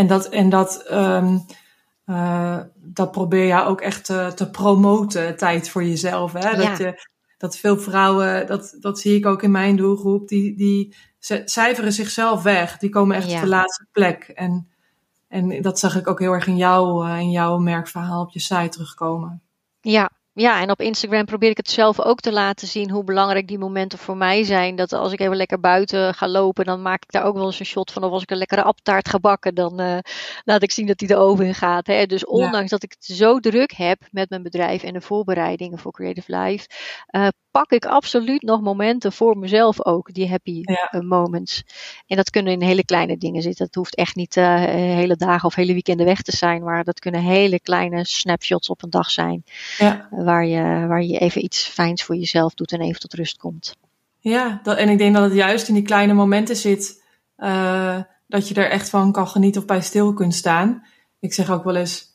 dat probeer je ook echt te promoten, tijd voor jezelf. Hè? Ja, Dat veel vrouwen, dat zie ik ook in mijn doelgroep, die cijferen zichzelf weg. Die komen echt op de ja. laatste plek. En dat zag ik ook heel erg in jouw merkverhaal op je site terugkomen. Ja, en op Instagram probeer ik het zelf ook te laten zien hoe belangrijk die momenten voor mij zijn. Dat als ik even lekker buiten ga lopen, dan maak ik daar ook wel eens een shot van. Of als ik een lekkere apptaart ga bakken, dan laat ik zien dat die de oven in gaat. Hè. Dus Ja, ondanks dat ik het zo druk heb met mijn bedrijf en de voorbereidingen voor Creative Life, pak ik absoluut nog momenten voor mezelf ook, die happy ja, moments. En dat kunnen in hele kleine dingen zitten. Het hoeft echt niet hele dagen of hele weekenden weg te zijn, maar dat kunnen hele kleine snapshots op een dag zijn. ja. Waar je even iets fijns voor jezelf doet en even tot rust komt. Ja, en ik denk dat het juist in die kleine momenten zit, dat je er echt van kan genieten of bij stil kunt staan. Ik zeg ook wel eens,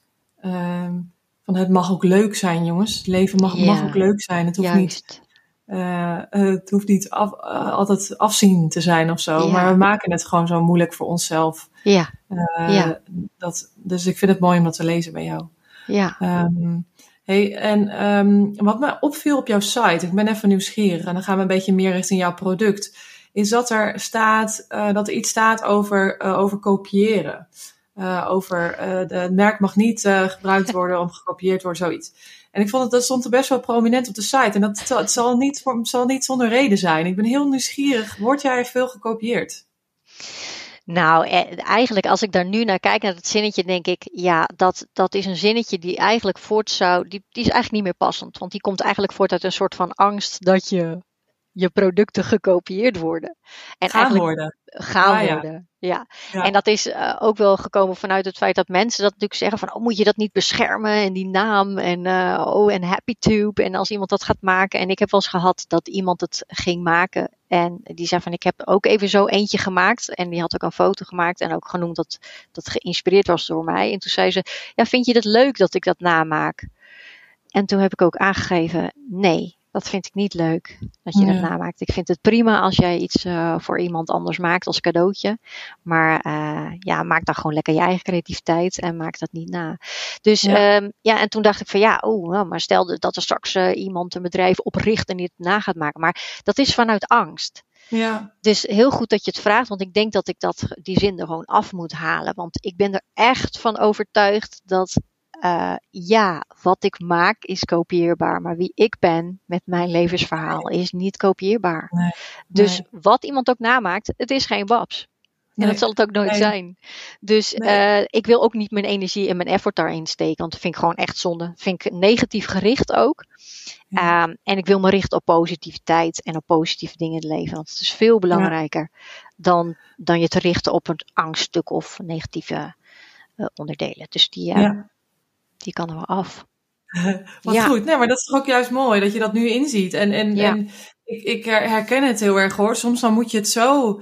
van het mag ook leuk zijn, jongens. Het leven mag ook Ja, leuk zijn. juist. Het hoeft niet altijd afzien te zijn of zo. Maar we Ja, maken het gewoon zo moeilijk voor onszelf. ja, Uh, ja, dus ik vind het mooi om dat te lezen bij jou. ja. Hey, en wat me opviel op jouw site, ik ben even nieuwsgierig en dan gaan we een beetje meer richting jouw product, is dat er staat, dat er iets staat over kopiëren. Het merk mag niet gebruikt worden om gekopieerd te worden, zoiets. En ik vond dat stond er best wel prominent op de site. En het zal niet zonder reden zijn. Ik ben heel nieuwsgierig. Word jij veel gekopieerd? Nou, eigenlijk als ik daar nu naar kijk, naar dat zinnetje, denk ik, ja, dat is een zinnetje die eigenlijk die is eigenlijk niet meer passend. Want die komt eigenlijk voort uit een soort van angst dat je producten gekopieerd worden. En Gaan eigenlijk worden. gaan Ja. worden. Ja. Ja. En dat is ook wel gekomen vanuit het feit dat mensen dat natuurlijk zeggen van, oh, moet je dat niet beschermen en die naam en HappyTube en als iemand dat gaat maken. En ik heb wel eens gehad dat iemand het ging maken en die zei van, ik heb ook even zo eentje gemaakt en die had ook een foto gemaakt en ook genoemd dat dat geïnspireerd was door mij. En toen zei ze, ja, vind je het leuk dat ik dat namaak? En toen heb ik ook aangegeven, nee, dat vind ik niet leuk dat je dat namaakt. Ik vind het prima als jij iets voor iemand anders maakt als cadeautje. Maar maak dan gewoon lekker je eigen creativiteit en maak dat niet na. Dus en toen dacht ik van maar stel dat er straks iemand een bedrijf opricht en die het na gaat maken. Maar dat is vanuit angst. Ja. Dus heel goed dat je het vraagt, want ik denk dat ik die zin er gewoon af moet halen. Want ik ben er echt van overtuigd dat wat ik maak is kopieerbaar, maar wie ik ben met mijn levensverhaal is niet kopieerbaar. Nee. Dus wat iemand ook namaakt, het is geen Babs. En dat zal het ook nooit zijn. Dus ik wil ook niet mijn energie en mijn effort daarin steken, want dat vind ik gewoon echt zonde. Vind ik negatief gericht ook. Ja. En ik wil me richten op positiviteit en op positieve dingen in het leven. Want het is veel belangrijker dan je te richten op een angststuk of negatieve onderdelen. Dus die kan er wel af. Wat goed. Nee, maar dat is toch ook juist mooi dat je dat nu inziet. En ik herken het heel erg hoor. Soms dan moet je het zo.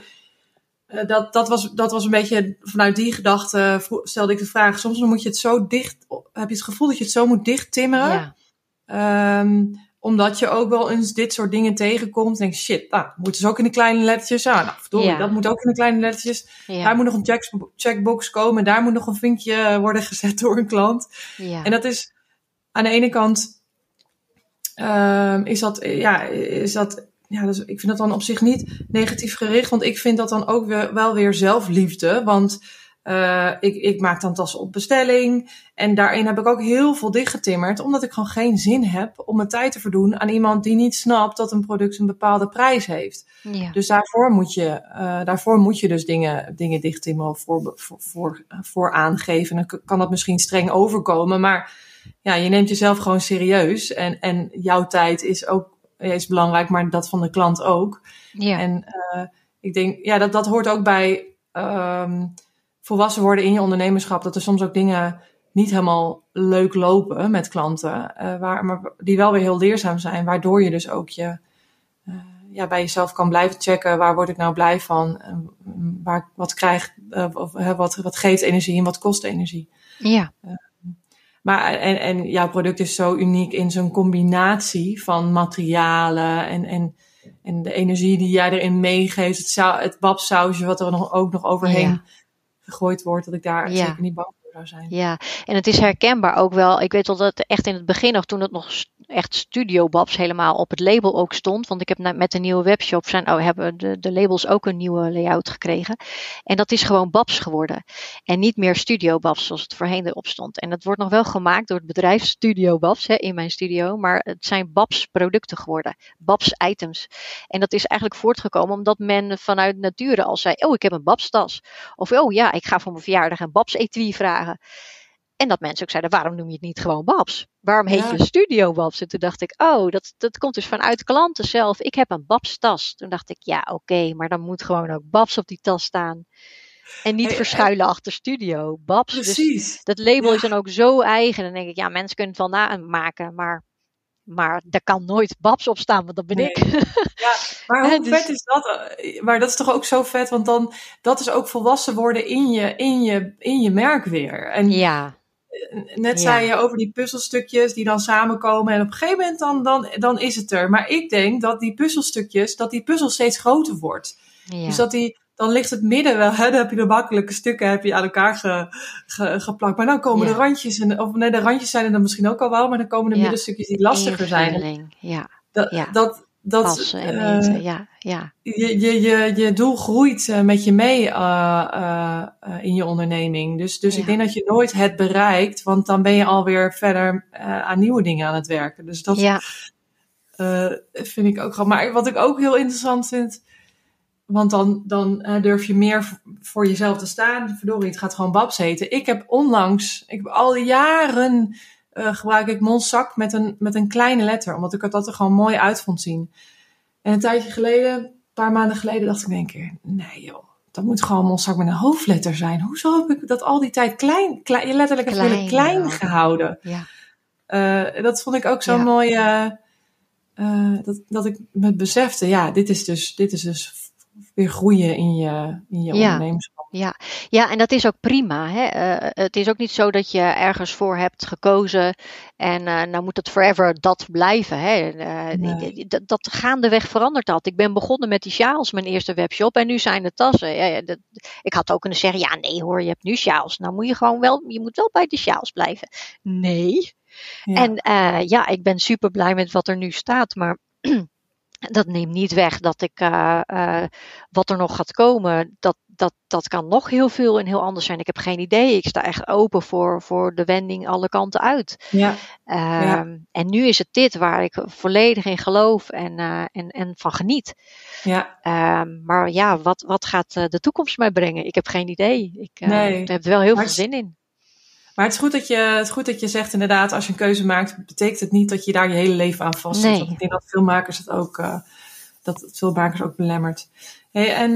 Dat was een beetje vanuit die gedachte stelde ik de vraag. Soms dan moet je het zo dicht. Heb je het gevoel dat je het zo moet dicht timmeren? Ja. Omdat je ook wel eens dit soort dingen tegenkomt. En denk shit, moet dus ook in de kleine lettertjes. Dat moet ook in de kleine lettertjes. Ja. Daar moet nog een checkbox komen. Daar moet nog een vinkje worden gezet door een klant. Ja. En dat is aan de ene kant dus ik vind dat dan op zich niet negatief gericht. Want ik vind dat dan ook wel weer zelfliefde. Want ik maak dan tassen op bestelling. En daarin heb ik ook heel veel dichtgetimmerd. Omdat ik gewoon geen zin heb om mijn tijd te verdoen aan iemand die niet snapt dat een product een bepaalde prijs heeft. Ja. Dus daarvoor moet je dus dingen dichttimmeren of voor aangeven. En dan kan dat misschien streng overkomen. Maar ja, je neemt jezelf gewoon serieus. En jouw tijd is belangrijk, maar dat van de klant ook. Ja. En ik denk, dat hoort ook bij volwassen worden in je ondernemerschap. Dat er soms ook dingen niet helemaal leuk lopen met klanten. Maar die wel weer heel leerzaam zijn. Waardoor je dus ook bij jezelf kan blijven checken. Waar word ik nou blij van? Wat geeft energie en wat kost energie? Ja. Maar en jouw product is zo uniek in zijn combinatie van materialen en de energie die jij erin meegeeft. Het babsausje wat er ook nog overheen gegooid word, dat ik daar zeker niet bang voor zou zijn. Ja, en het is herkenbaar ook wel. Ik weet wel dat echt in het begin nog, toen het nog echt Studio Babs helemaal op het label ook stond. Want ik heb met de nieuwe webshop hebben de labels ook een nieuwe layout gekregen. En dat is gewoon Babs geworden. En niet meer Studio Babs zoals het voorheen erop stond. En dat wordt nog wel gemaakt door het bedrijf Studio Babs in mijn studio. Maar het zijn Babs producten geworden. Babs items. En dat is eigenlijk voortgekomen omdat men vanuit nature al zei, oh, ik heb een Babs tas. Of oh ja, ik ga voor mijn verjaardag een Babs etui vragen. En dat mensen ook zeiden, waarom noem je het niet gewoon Babs? Waarom heet je Studio Babs? En toen dacht ik, oh, dat komt dus vanuit klanten zelf. Ik heb een Babs tas. Toen dacht ik, ja, oké, maar dan moet gewoon ook Babs op die tas staan. En niet verschuilen achter Studio Babs. Precies. Dus dat label is dan ook zo eigen. Dan denk ik, ja, mensen kunnen het wel namaken, maar daar kan nooit Babs op staan, want dat ben ik. Ja, maar hoe vet is dat? Maar dat is toch ook zo vet, want dan dat is ook volwassen worden in je merk weer. En net zei je over die puzzelstukjes die dan samenkomen en op een gegeven moment dan is het er. Maar ik denk dat die puzzelstukjes, dat die puzzel steeds groter wordt. Ja. Dus dan ligt het midden wel, dan heb je de makkelijke stukken aan elkaar geplakt. Maar dan komen de randjes, de randjes zijn er dan misschien ook al wel, maar dan komen de middenstukjes die lastiger zijn. Passen en meten, Je doel groeit met je mee in je onderneming. Dus ik denk dat je nooit het bereikt, want dan ben je alweer verder aan nieuwe dingen aan het werken. Dus dat vind ik ook gewoon. Maar wat ik ook heel interessant vind, want dan durf je meer voor jezelf te staan. Verdorie, het gaat gewoon Babs heten. Ik heb al jaren gebruik ik Monsac met een kleine letter. Omdat ik dat er gewoon mooi uit vond zien. En een tijdje geleden, een paar maanden geleden, dacht ik in één keer, nee joh, dat moet gewoon Monsac met een hoofdletter zijn. Hoezo heb ik dat al die tijd letterlijk even klein gehouden? Ja. Dat vond ik ook zo mooi, dat ik me besefte, dit is dus weer groeien in je ondernemerschap. Ja, en dat is ook prima. Hè? Het is ook niet zo dat je ergens voor hebt gekozen en nou moet het forever dat blijven. Hè? Dat gaandeweg verandert dat. Ik ben begonnen met die sjaals, mijn eerste webshop, en nu zijn het tassen. Ik had ook kunnen zeggen, ja nee hoor, je hebt nu sjaals. Nou moet je moet wel bij de sjaals blijven. Nee. Ja. En ik ben super blij met wat er nu staat, maar dat neemt niet weg dat ik wat er nog gaat komen, dat kan nog heel veel en heel anders zijn. Ik heb geen idee. Ik sta echt open voor de wending alle kanten uit. Ja. En nu is het dit waar ik volledig in geloof en van geniet. Ja. Maar ja, wat gaat de toekomst mij brengen? Ik heb geen idee. Ik heb er wel heel veel zin in. Maar het is goed dat je zegt inderdaad, als je een keuze maakt, betekent het niet dat je daar je hele leven aan vast zit. Want ik denk dat veel makers het ook belemmert. Hey, en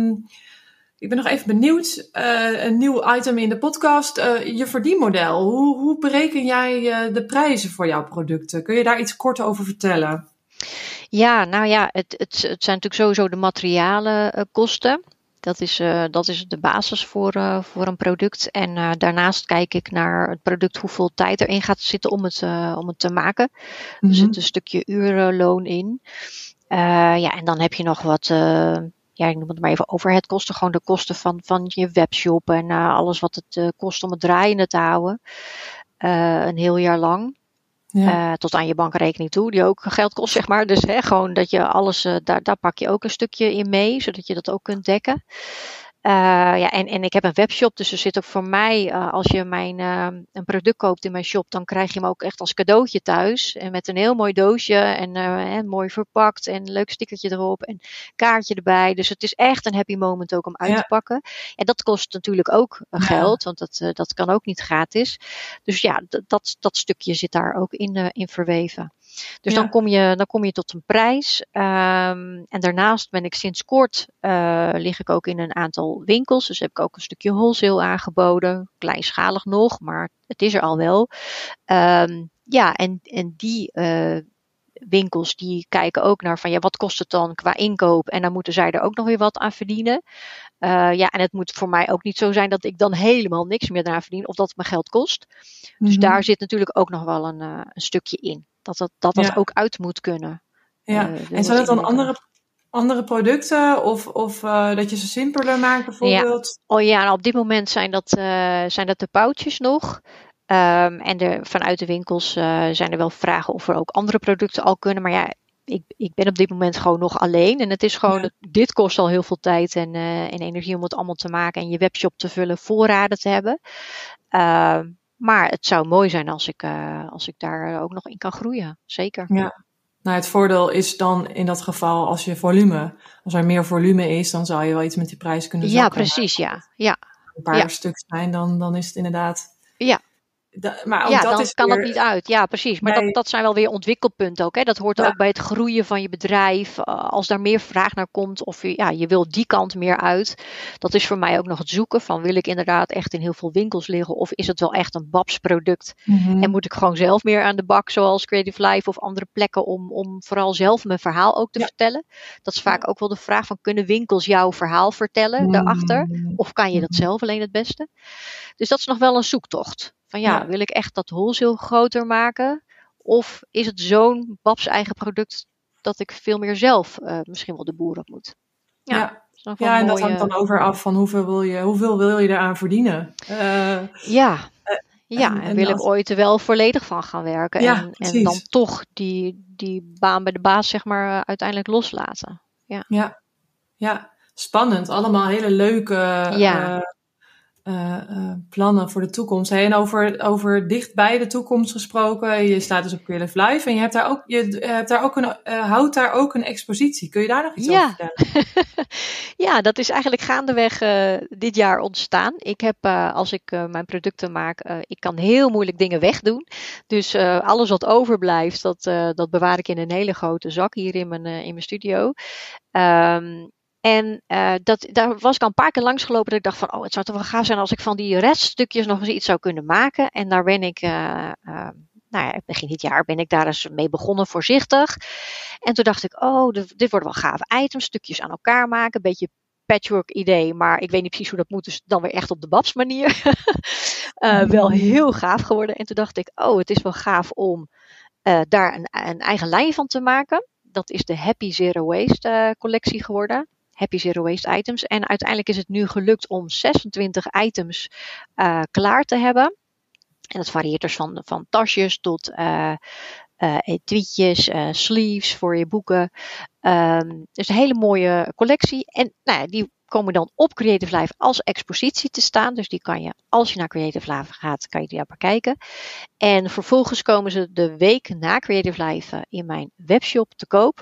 ik ben nog even benieuwd, een nieuw item in de podcast, je verdienmodel. Hoe bereken jij de prijzen voor jouw producten? Kun je daar iets kort over vertellen? Ja, nou ja, het zijn natuurlijk sowieso de materialen kosten. Dat is de basis voor een product. En daarnaast kijk ik naar het product, hoeveel tijd erin gaat zitten om het te maken. Er zit een stukje urenloon in. En dan heb je nog wat, ik noem het maar even overheadkosten. Gewoon de kosten van je webshop en alles wat het kost om het draaiende te houden. Een heel jaar lang. Ja. Tot aan je bankrekening toe, die ook geld kost, zeg maar. Dus gewoon dat je alles, daar pak je ook een stukje in mee, zodat je dat ook kunt dekken. En ik heb een webshop, dus er zit ook voor mij, als je een product koopt in mijn shop, dan krijg je hem ook echt als cadeautje thuis. En met een heel mooi doosje en mooi verpakt en een leuk stickertje erop en kaartje erbij. Dus het is echt een happy moment ook om uit te pakken. En dat kost natuurlijk ook geld, want dat kan ook niet gratis. Dus ja, dat stukje zit daar ook in verweven. Dus dan kom je tot een prijs. En daarnaast ben ik sinds kort, lig ik ook in een aantal winkels. Dus heb ik ook een stukje wholesale aangeboden. Kleinschalig nog, maar het is er al wel. En die winkels die kijken ook naar van wat kost het dan qua inkoop. En dan moeten zij er ook nog weer wat aan verdienen. En het moet voor mij ook niet zo zijn dat ik dan helemaal niks meer eraan verdien. Of dat het me geld kost. Dus daar zit natuurlijk ook nog wel een stukje in. Dat ook uit moet kunnen. Ja, en zijn het dan andere producten of dat je ze simpeler maakt bijvoorbeeld? Nou, op dit moment zijn dat de pouches nog. En vanuit de winkels zijn er wel vragen of er ook andere producten al kunnen. Maar ja, ik ben op dit moment gewoon nog alleen. En het is gewoon, dit kost al heel veel tijd en energie om het allemaal te maken. En je webshop te vullen, voorraden te hebben. Maar het zou mooi zijn als ik daar ook nog in kan groeien. Zeker. Ja. Nou, het voordeel is dan in dat geval als er meer volume is, dan zou je wel iets met die prijs kunnen zakken. Ja, precies, ja. Een paar stuks zijn, dan is het inderdaad... Ja. Maar ook dat dan is kan weer... dat niet uit. Ja, precies. Maar dat zijn wel weer ontwikkelpunten ook. Hè? Dat hoort ook bij het groeien van je bedrijf. Als daar meer vraag naar komt of je wil die kant meer uit. Dat is voor mij ook nog het zoeken van wil ik inderdaad echt in heel veel winkels liggen of is het wel echt een Babs product? Mm-hmm. En moet ik gewoon zelf meer aan de bak zoals Creative Life of andere plekken om vooral zelf mijn verhaal ook te vertellen? Dat is vaak ook wel de vraag van kunnen winkels jouw verhaal vertellen daarachter? Of kan je dat zelf alleen het beste? Dus dat is nog wel een zoektocht. Van wil ik echt dat wholesale groter maken? Of is het zo'n Babs eigen product dat ik veel meer zelf misschien wel de boer op moet? En dat hangt dan over af van hoeveel wil je eraan verdienen? En wil ik ooit er wel volledig van gaan werken? En dan toch die baan bij de baas zeg maar uiteindelijk loslaten. Ja, spannend. Allemaal hele leuke... plannen voor de toekomst. En over dicht bij de toekomst gesproken, je staat dus op Creative Life en je houdt daar ook een expositie. Kun je daar nog iets over vertellen? Ja, dat is eigenlijk gaandeweg dit jaar ontstaan. Ik heb, als ik mijn producten maak, ik kan heel moeilijk dingen wegdoen. Dus alles wat overblijft, dat bewaar ik in een hele grote zak hier in mijn studio. En daar was ik al een paar keer langs gelopen dat ik dacht van, het zou toch wel gaaf zijn als ik van die reststukjes nog eens iets zou kunnen maken. En daar ben ik, begin dit jaar ben ik daar eens mee begonnen, voorzichtig. En toen dacht ik, dit worden wel gave items, stukjes aan elkaar maken, een beetje patchwork idee, maar ik weet niet precies hoe dat moet, dus dan weer echt op de Babs manier. Wel heel gaaf geworden. En toen dacht ik, het is wel gaaf om daar een eigen lijn van te maken. Dat is de Happy Zero Waste collectie geworden. Happy Zero Waste items. En uiteindelijk is het nu gelukt om 26 items klaar te hebben. En dat varieert dus van tasjes tot etuietjes, sleeves voor je boeken. Dus een hele mooie collectie. En die komen dan op Creative Life als expositie te staan. Dus die kan je, als je naar Creative Life gaat, kan je die daar bekijken. En vervolgens komen ze de week na Creative Life in mijn webshop te koop.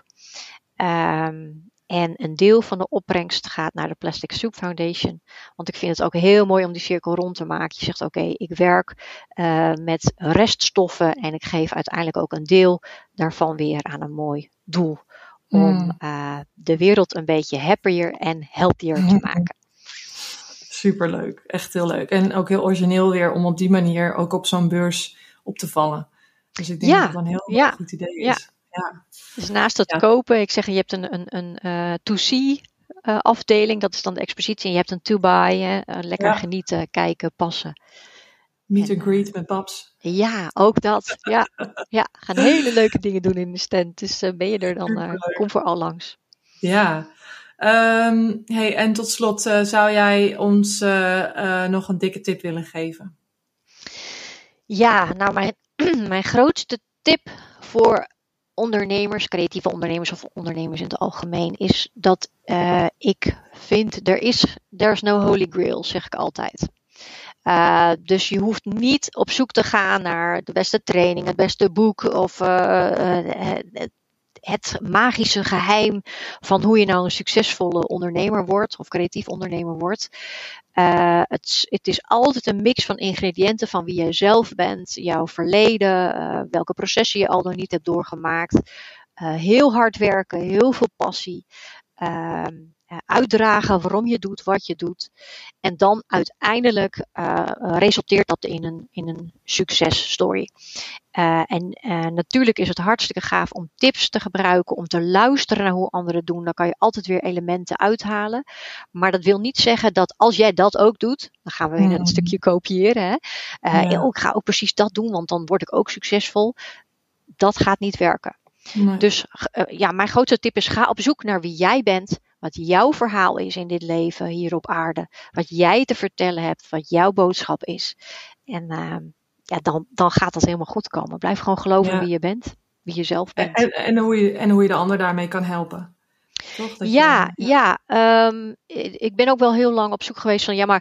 En een deel van de opbrengst gaat naar de Plastic Soup Foundation. Want ik vind het ook heel mooi om die cirkel rond te maken. Je zegt ik werk met reststoffen en ik geef uiteindelijk ook een deel daarvan weer aan een mooi doel. Om de wereld een beetje happier en healthier te maken. Superleuk, echt heel leuk. En ook heel origineel weer om op die manier ook op zo'n beurs op te vallen. Dus ik denk dat het een heel goed idee is. Ja. Dus naast het kopen, ik zeg je hebt een to-see afdeling, dat is dan de expositie. En je hebt een to-buy, lekker genieten, kijken, passen. Meet and greet met Babs. Ja, ook dat. Ja, gaan hele leuke dingen doen in de stand. Dus ben je er dan, kom vooral langs. Ja. En tot slot, zou jij ons nog een dikke tip willen geven? Ja, nou mijn grootste tip voor ondernemers, creatieve ondernemers of ondernemers in het algemeen, is dat ik vind, there's no holy grail, zeg ik altijd. Dus je hoeft niet op zoek te gaan naar de beste training, het beste boek of het magische geheim van hoe je nou een succesvolle ondernemer wordt of creatief ondernemer wordt. Het is altijd een mix van ingrediënten van wie jij zelf bent, jouw verleden, welke processen je al nog niet hebt doorgemaakt. Heel hard werken, heel veel passie. Uitdragen waarom je doet wat je doet. En dan uiteindelijk resulteert dat in een successtory. En natuurlijk is het hartstikke gaaf om tips te gebruiken, om te luisteren naar hoe anderen doen. Dan kan je altijd weer elementen uithalen. Maar dat wil niet zeggen dat als jij dat ook doet, dan gaan we weer een stukje kopiëren. Hè? Ik ga ook precies dat doen, want dan word ik ook succesvol. Dat gaat niet werken. Nee. Dus mijn grootste tip is: ga op zoek naar wie jij bent. Wat jouw verhaal is in dit leven hier op aarde. Wat jij te vertellen hebt. Wat jouw boodschap is. En dan gaat dat helemaal goed komen. Blijf gewoon geloven in wie je bent. Wie je zelf bent. En hoe je de ander daarmee kan helpen. Toch? Ik ben ook wel heel lang op zoek geweest van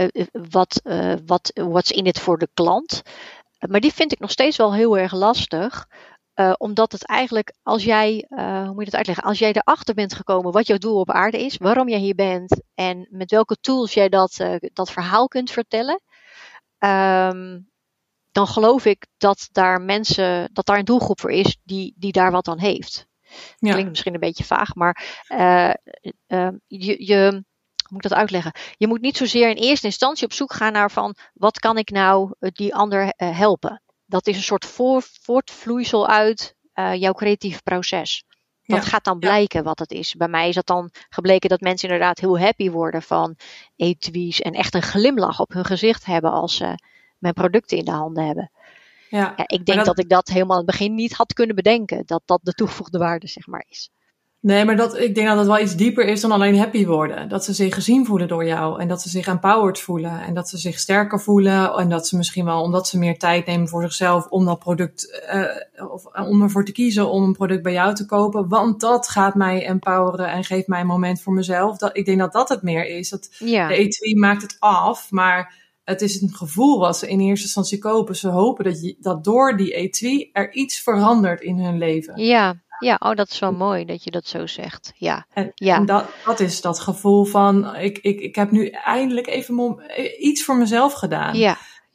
what's in it voor de klant. Maar die vind ik nog steeds wel heel erg lastig. Omdat het eigenlijk, als jij, hoe moet je dat uitleggen? Als jij erachter bent gekomen wat jouw doel op aarde is, waarom jij hier bent en met welke tools jij dat verhaal kunt vertellen, dan geloof ik dat daar een doelgroep voor is die daar wat aan heeft. Ja. Klinkt misschien een beetje vaag, maar hoe moet ik dat uitleggen? Je moet niet zozeer in eerste instantie op zoek gaan naar van wat kan ik nou die ander helpen. Dat is een soort voortvloeisel uit jouw creatief proces. Dat gaat dan blijken wat het is. Bij mij is dat dan gebleken dat mensen inderdaad heel happy worden van etuis en echt een glimlach op hun gezicht hebben als ze mijn producten in de handen hebben. Ja, ik denk dat ik dat helemaal aan het begin niet had kunnen bedenken. Dat de toegevoegde waarde zeg maar is. Nee, maar ik denk dat het wel iets dieper is dan alleen happy worden. Dat ze zich gezien voelen door jou. En dat ze zich empowered voelen. En dat ze zich sterker voelen. En dat ze misschien wel, omdat ze meer tijd nemen voor zichzelf om dat product, om ervoor te kiezen om een product bij jou te kopen. Want dat gaat mij empoweren en geeft mij een moment voor mezelf. Ik denk dat het meer is. De etui maakt het af, maar het is een gevoel wat ze in eerste instantie kopen. Ze hopen dat door die etui er iets verandert in hun leven. Ja, dat is wel mooi dat je dat zo zegt. En dat is dat gevoel van, ik heb nu eindelijk even iets voor mezelf gedaan.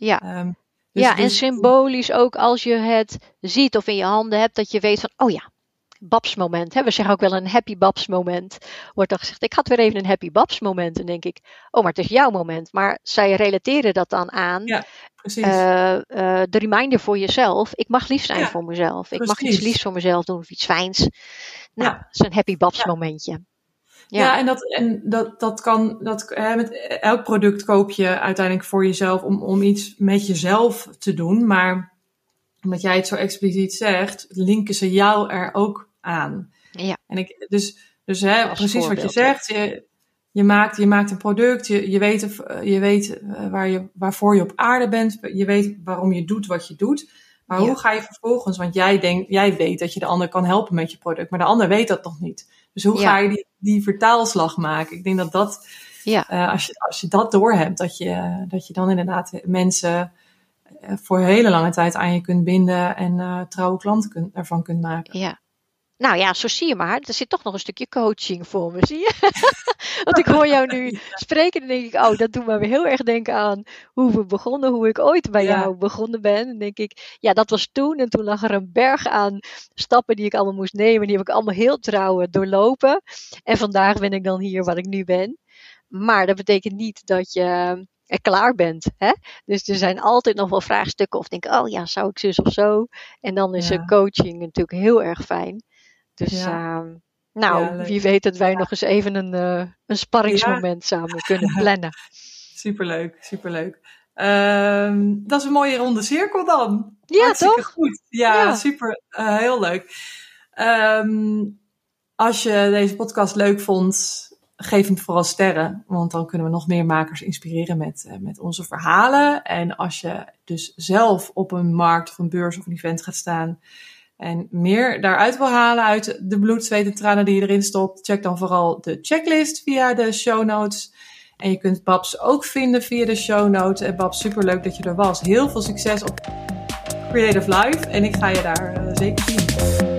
En symbolisch ook als je het ziet of in je handen hebt, dat je weet van, Babs moment. We zeggen ook wel een happy Babs moment. Wordt dan gezegd, ik had weer even een happy Babs moment. En denk ik, maar het is jouw moment. Maar zij relateren dat dan aan. Ja, precies. De reminder voor jezelf. Ik mag lief zijn voor mezelf. Ik mag iets liefs voor mezelf doen of iets fijns. Nou, dat is een happy Babs momentje. Ja, en dat kan, met elk product koop je uiteindelijk voor jezelf om iets met jezelf te doen. Maar omdat jij het zo expliciet zegt, linken ze jou er ook aan. Ja. En precies wat je zegt. Je maakt een product, je weet waarvoor je op aarde bent. Je weet waarom je doet wat je doet. Maar hoe ga je vervolgens, want jij weet dat je de ander kan helpen met je product. Maar de ander weet dat nog niet. Dus hoe ga je die vertaalslag maken? Ik denk dat als je dat doorhebt, dat je dan inderdaad mensen voor een hele lange tijd aan je kunt binden en trouwe klanten ervan kunt maken. Ja. Nou ja, zo zie je maar. Er zit toch nog een stukje coaching voor me, zie je? Want ik hoor jou nu spreken en denk ik, dat doet me weer heel erg denken aan hoe we begonnen, hoe ik ooit bij jou begonnen ben. En denk ik, dat was toen en toen lag er een berg aan stappen die ik allemaal moest nemen. Die heb ik allemaal heel trouw doorlopen. En vandaag ben ik dan hier waar ik nu ben. Maar dat betekent niet dat je er klaar bent. Hè? Dus er zijn altijd nog wel vraagstukken of denk zou ik zus of zo? En dan is coaching natuurlijk heel erg fijn. Dus wie weet dat wij nog eens even een sparringsmoment samen kunnen plannen. Superleuk. Dat is een mooie ronde cirkel dan. Ja, hartstikke toch? Goed. Ja, super. Heel leuk. Als je deze podcast leuk vond, geef hem vooral sterren. Want dan kunnen we nog meer makers inspireren met onze verhalen. En als je dus zelf op een markt of een beurs of een event gaat staan en meer daaruit wil halen uit de bloed, zweet en tranen die je erin stopt, check dan vooral de checklist via de show notes. En je kunt Babs ook vinden via de show notes. En Babs, superleuk dat je er was. Heel veel succes op Creative Life. En ik ga je daar zeker zien.